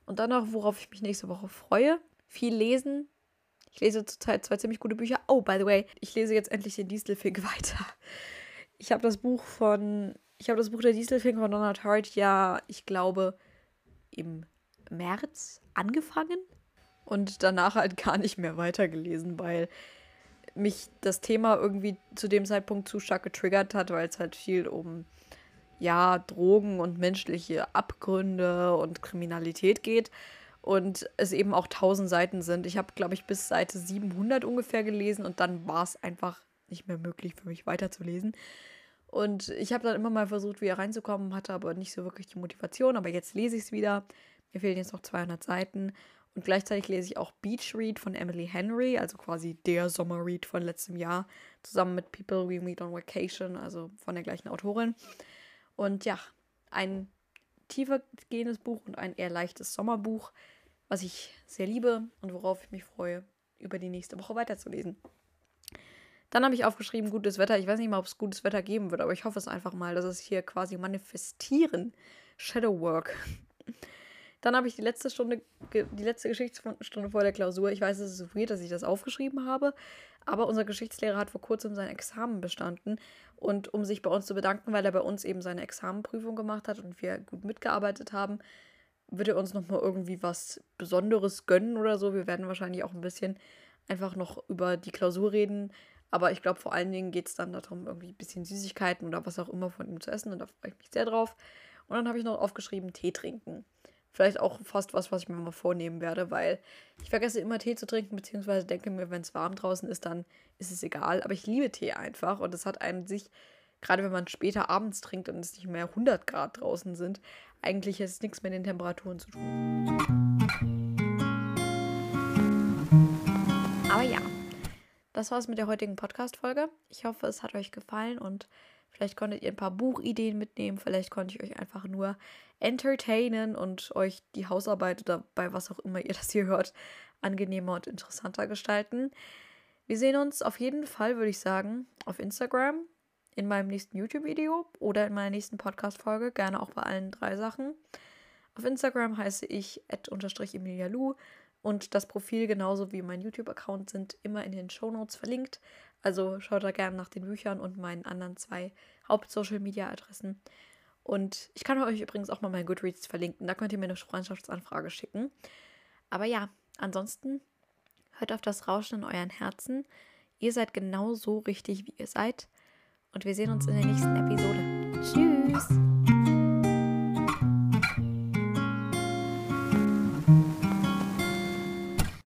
Und dann noch, worauf ich mich nächste Woche freue, viel lesen. Ich lese zurzeit zwei ziemlich gute Bücher. Oh, by the way, ich lese jetzt endlich den Distelfink weiter. Ich habe das Buch von, ich habe das Buch der Distelfink von Donna Tartt ja, ich glaube, im März angefangen und danach halt gar nicht mehr weitergelesen, weil mich das Thema irgendwie zu dem Zeitpunkt zu stark getriggert hat, weil es halt viel um, ja, Drogen und menschliche Abgründe und Kriminalität geht und es eben auch tausend Seiten sind. Ich habe, glaube ich, bis Seite siebenhundert ungefähr gelesen und dann war es einfach nicht mehr möglich für mich weiterzulesen. Und ich habe dann immer mal versucht, wieder reinzukommen, hatte aber nicht so wirklich die Motivation. Aber jetzt lese ich es wieder. Mir fehlen jetzt noch zweihundert Seiten. Und gleichzeitig lese ich auch Beach Read von Emily Henry, also quasi der Sommerread von letztem Jahr, zusammen mit People We Meet on Vacation, also von der gleichen Autorin. Und ja, ein tiefer gehendes Buch und ein eher leichtes Sommerbuch, was ich sehr liebe und worauf ich mich freue, über die nächste Woche weiterzulesen. Dann habe ich aufgeschrieben, gutes Wetter. Ich weiß nicht mal, ob es gutes Wetter geben wird, aber ich hoffe es einfach mal, dass es hier quasi manifestieren. Shadowwork. Dann habe ich die letzte Stunde, die letzte Geschichtsstunde vor der Klausur. Ich weiß, es ist so weird, dass ich das aufgeschrieben habe, aber unser Geschichtslehrer hat vor kurzem sein Examen bestanden und um sich bei uns zu bedanken, weil er bei uns eben seine Examenprüfung gemacht hat und wir gut mitgearbeitet haben, wird er uns nochmal irgendwie was Besonderes gönnen oder so. Wir werden wahrscheinlich auch ein bisschen einfach noch über die Klausur reden, aber ich glaube, vor allen Dingen geht es dann darum, irgendwie ein bisschen Süßigkeiten oder was auch immer von ihm zu essen und da freue ich mich sehr drauf. Und dann habe ich noch aufgeschrieben, Tee trinken. Vielleicht auch fast was, was ich mir mal vornehmen werde, weil ich vergesse immer Tee zu trinken, beziehungsweise denke mir, wenn es warm draußen ist, dann ist es egal. Aber ich liebe Tee einfach und es hat einen sich, gerade wenn man später abends trinkt und es nicht mehr hundert Grad draußen sind, eigentlich hat es nichts mit den Temperaturen zu tun. Aber ja, das war's mit der heutigen Podcast-Folge. Ich hoffe, es hat euch gefallen und vielleicht konntet ihr ein paar Buchideen mitnehmen. Vielleicht konnte ich euch einfach nur entertainen und euch die Hausarbeit oder bei was auch immer ihr das hier hört, angenehmer und interessanter gestalten. Wir sehen uns auf jeden Fall, würde ich sagen, auf Instagram, in meinem nächsten YouTube-Video oder in meiner nächsten Podcast-Folge. Gerne auch bei allen drei Sachen. Auf Instagram heiße ich at unterstrich Emilia Lu. Und das Profil genauso wie mein YouTube-Account sind immer in den Shownotes verlinkt. Also schaut da gerne nach den Büchern und meinen anderen zwei Haupt-Social-Media-Adressen. Und ich kann euch übrigens auch mal mein Goodreads verlinken. Da könnt ihr mir eine Freundschaftsanfrage schicken. Aber ja, ansonsten hört auf das Rauschen in euren Herzen. Ihr seid genau so richtig, wie ihr seid. Und wir sehen uns in der nächsten Episode. Tschüss!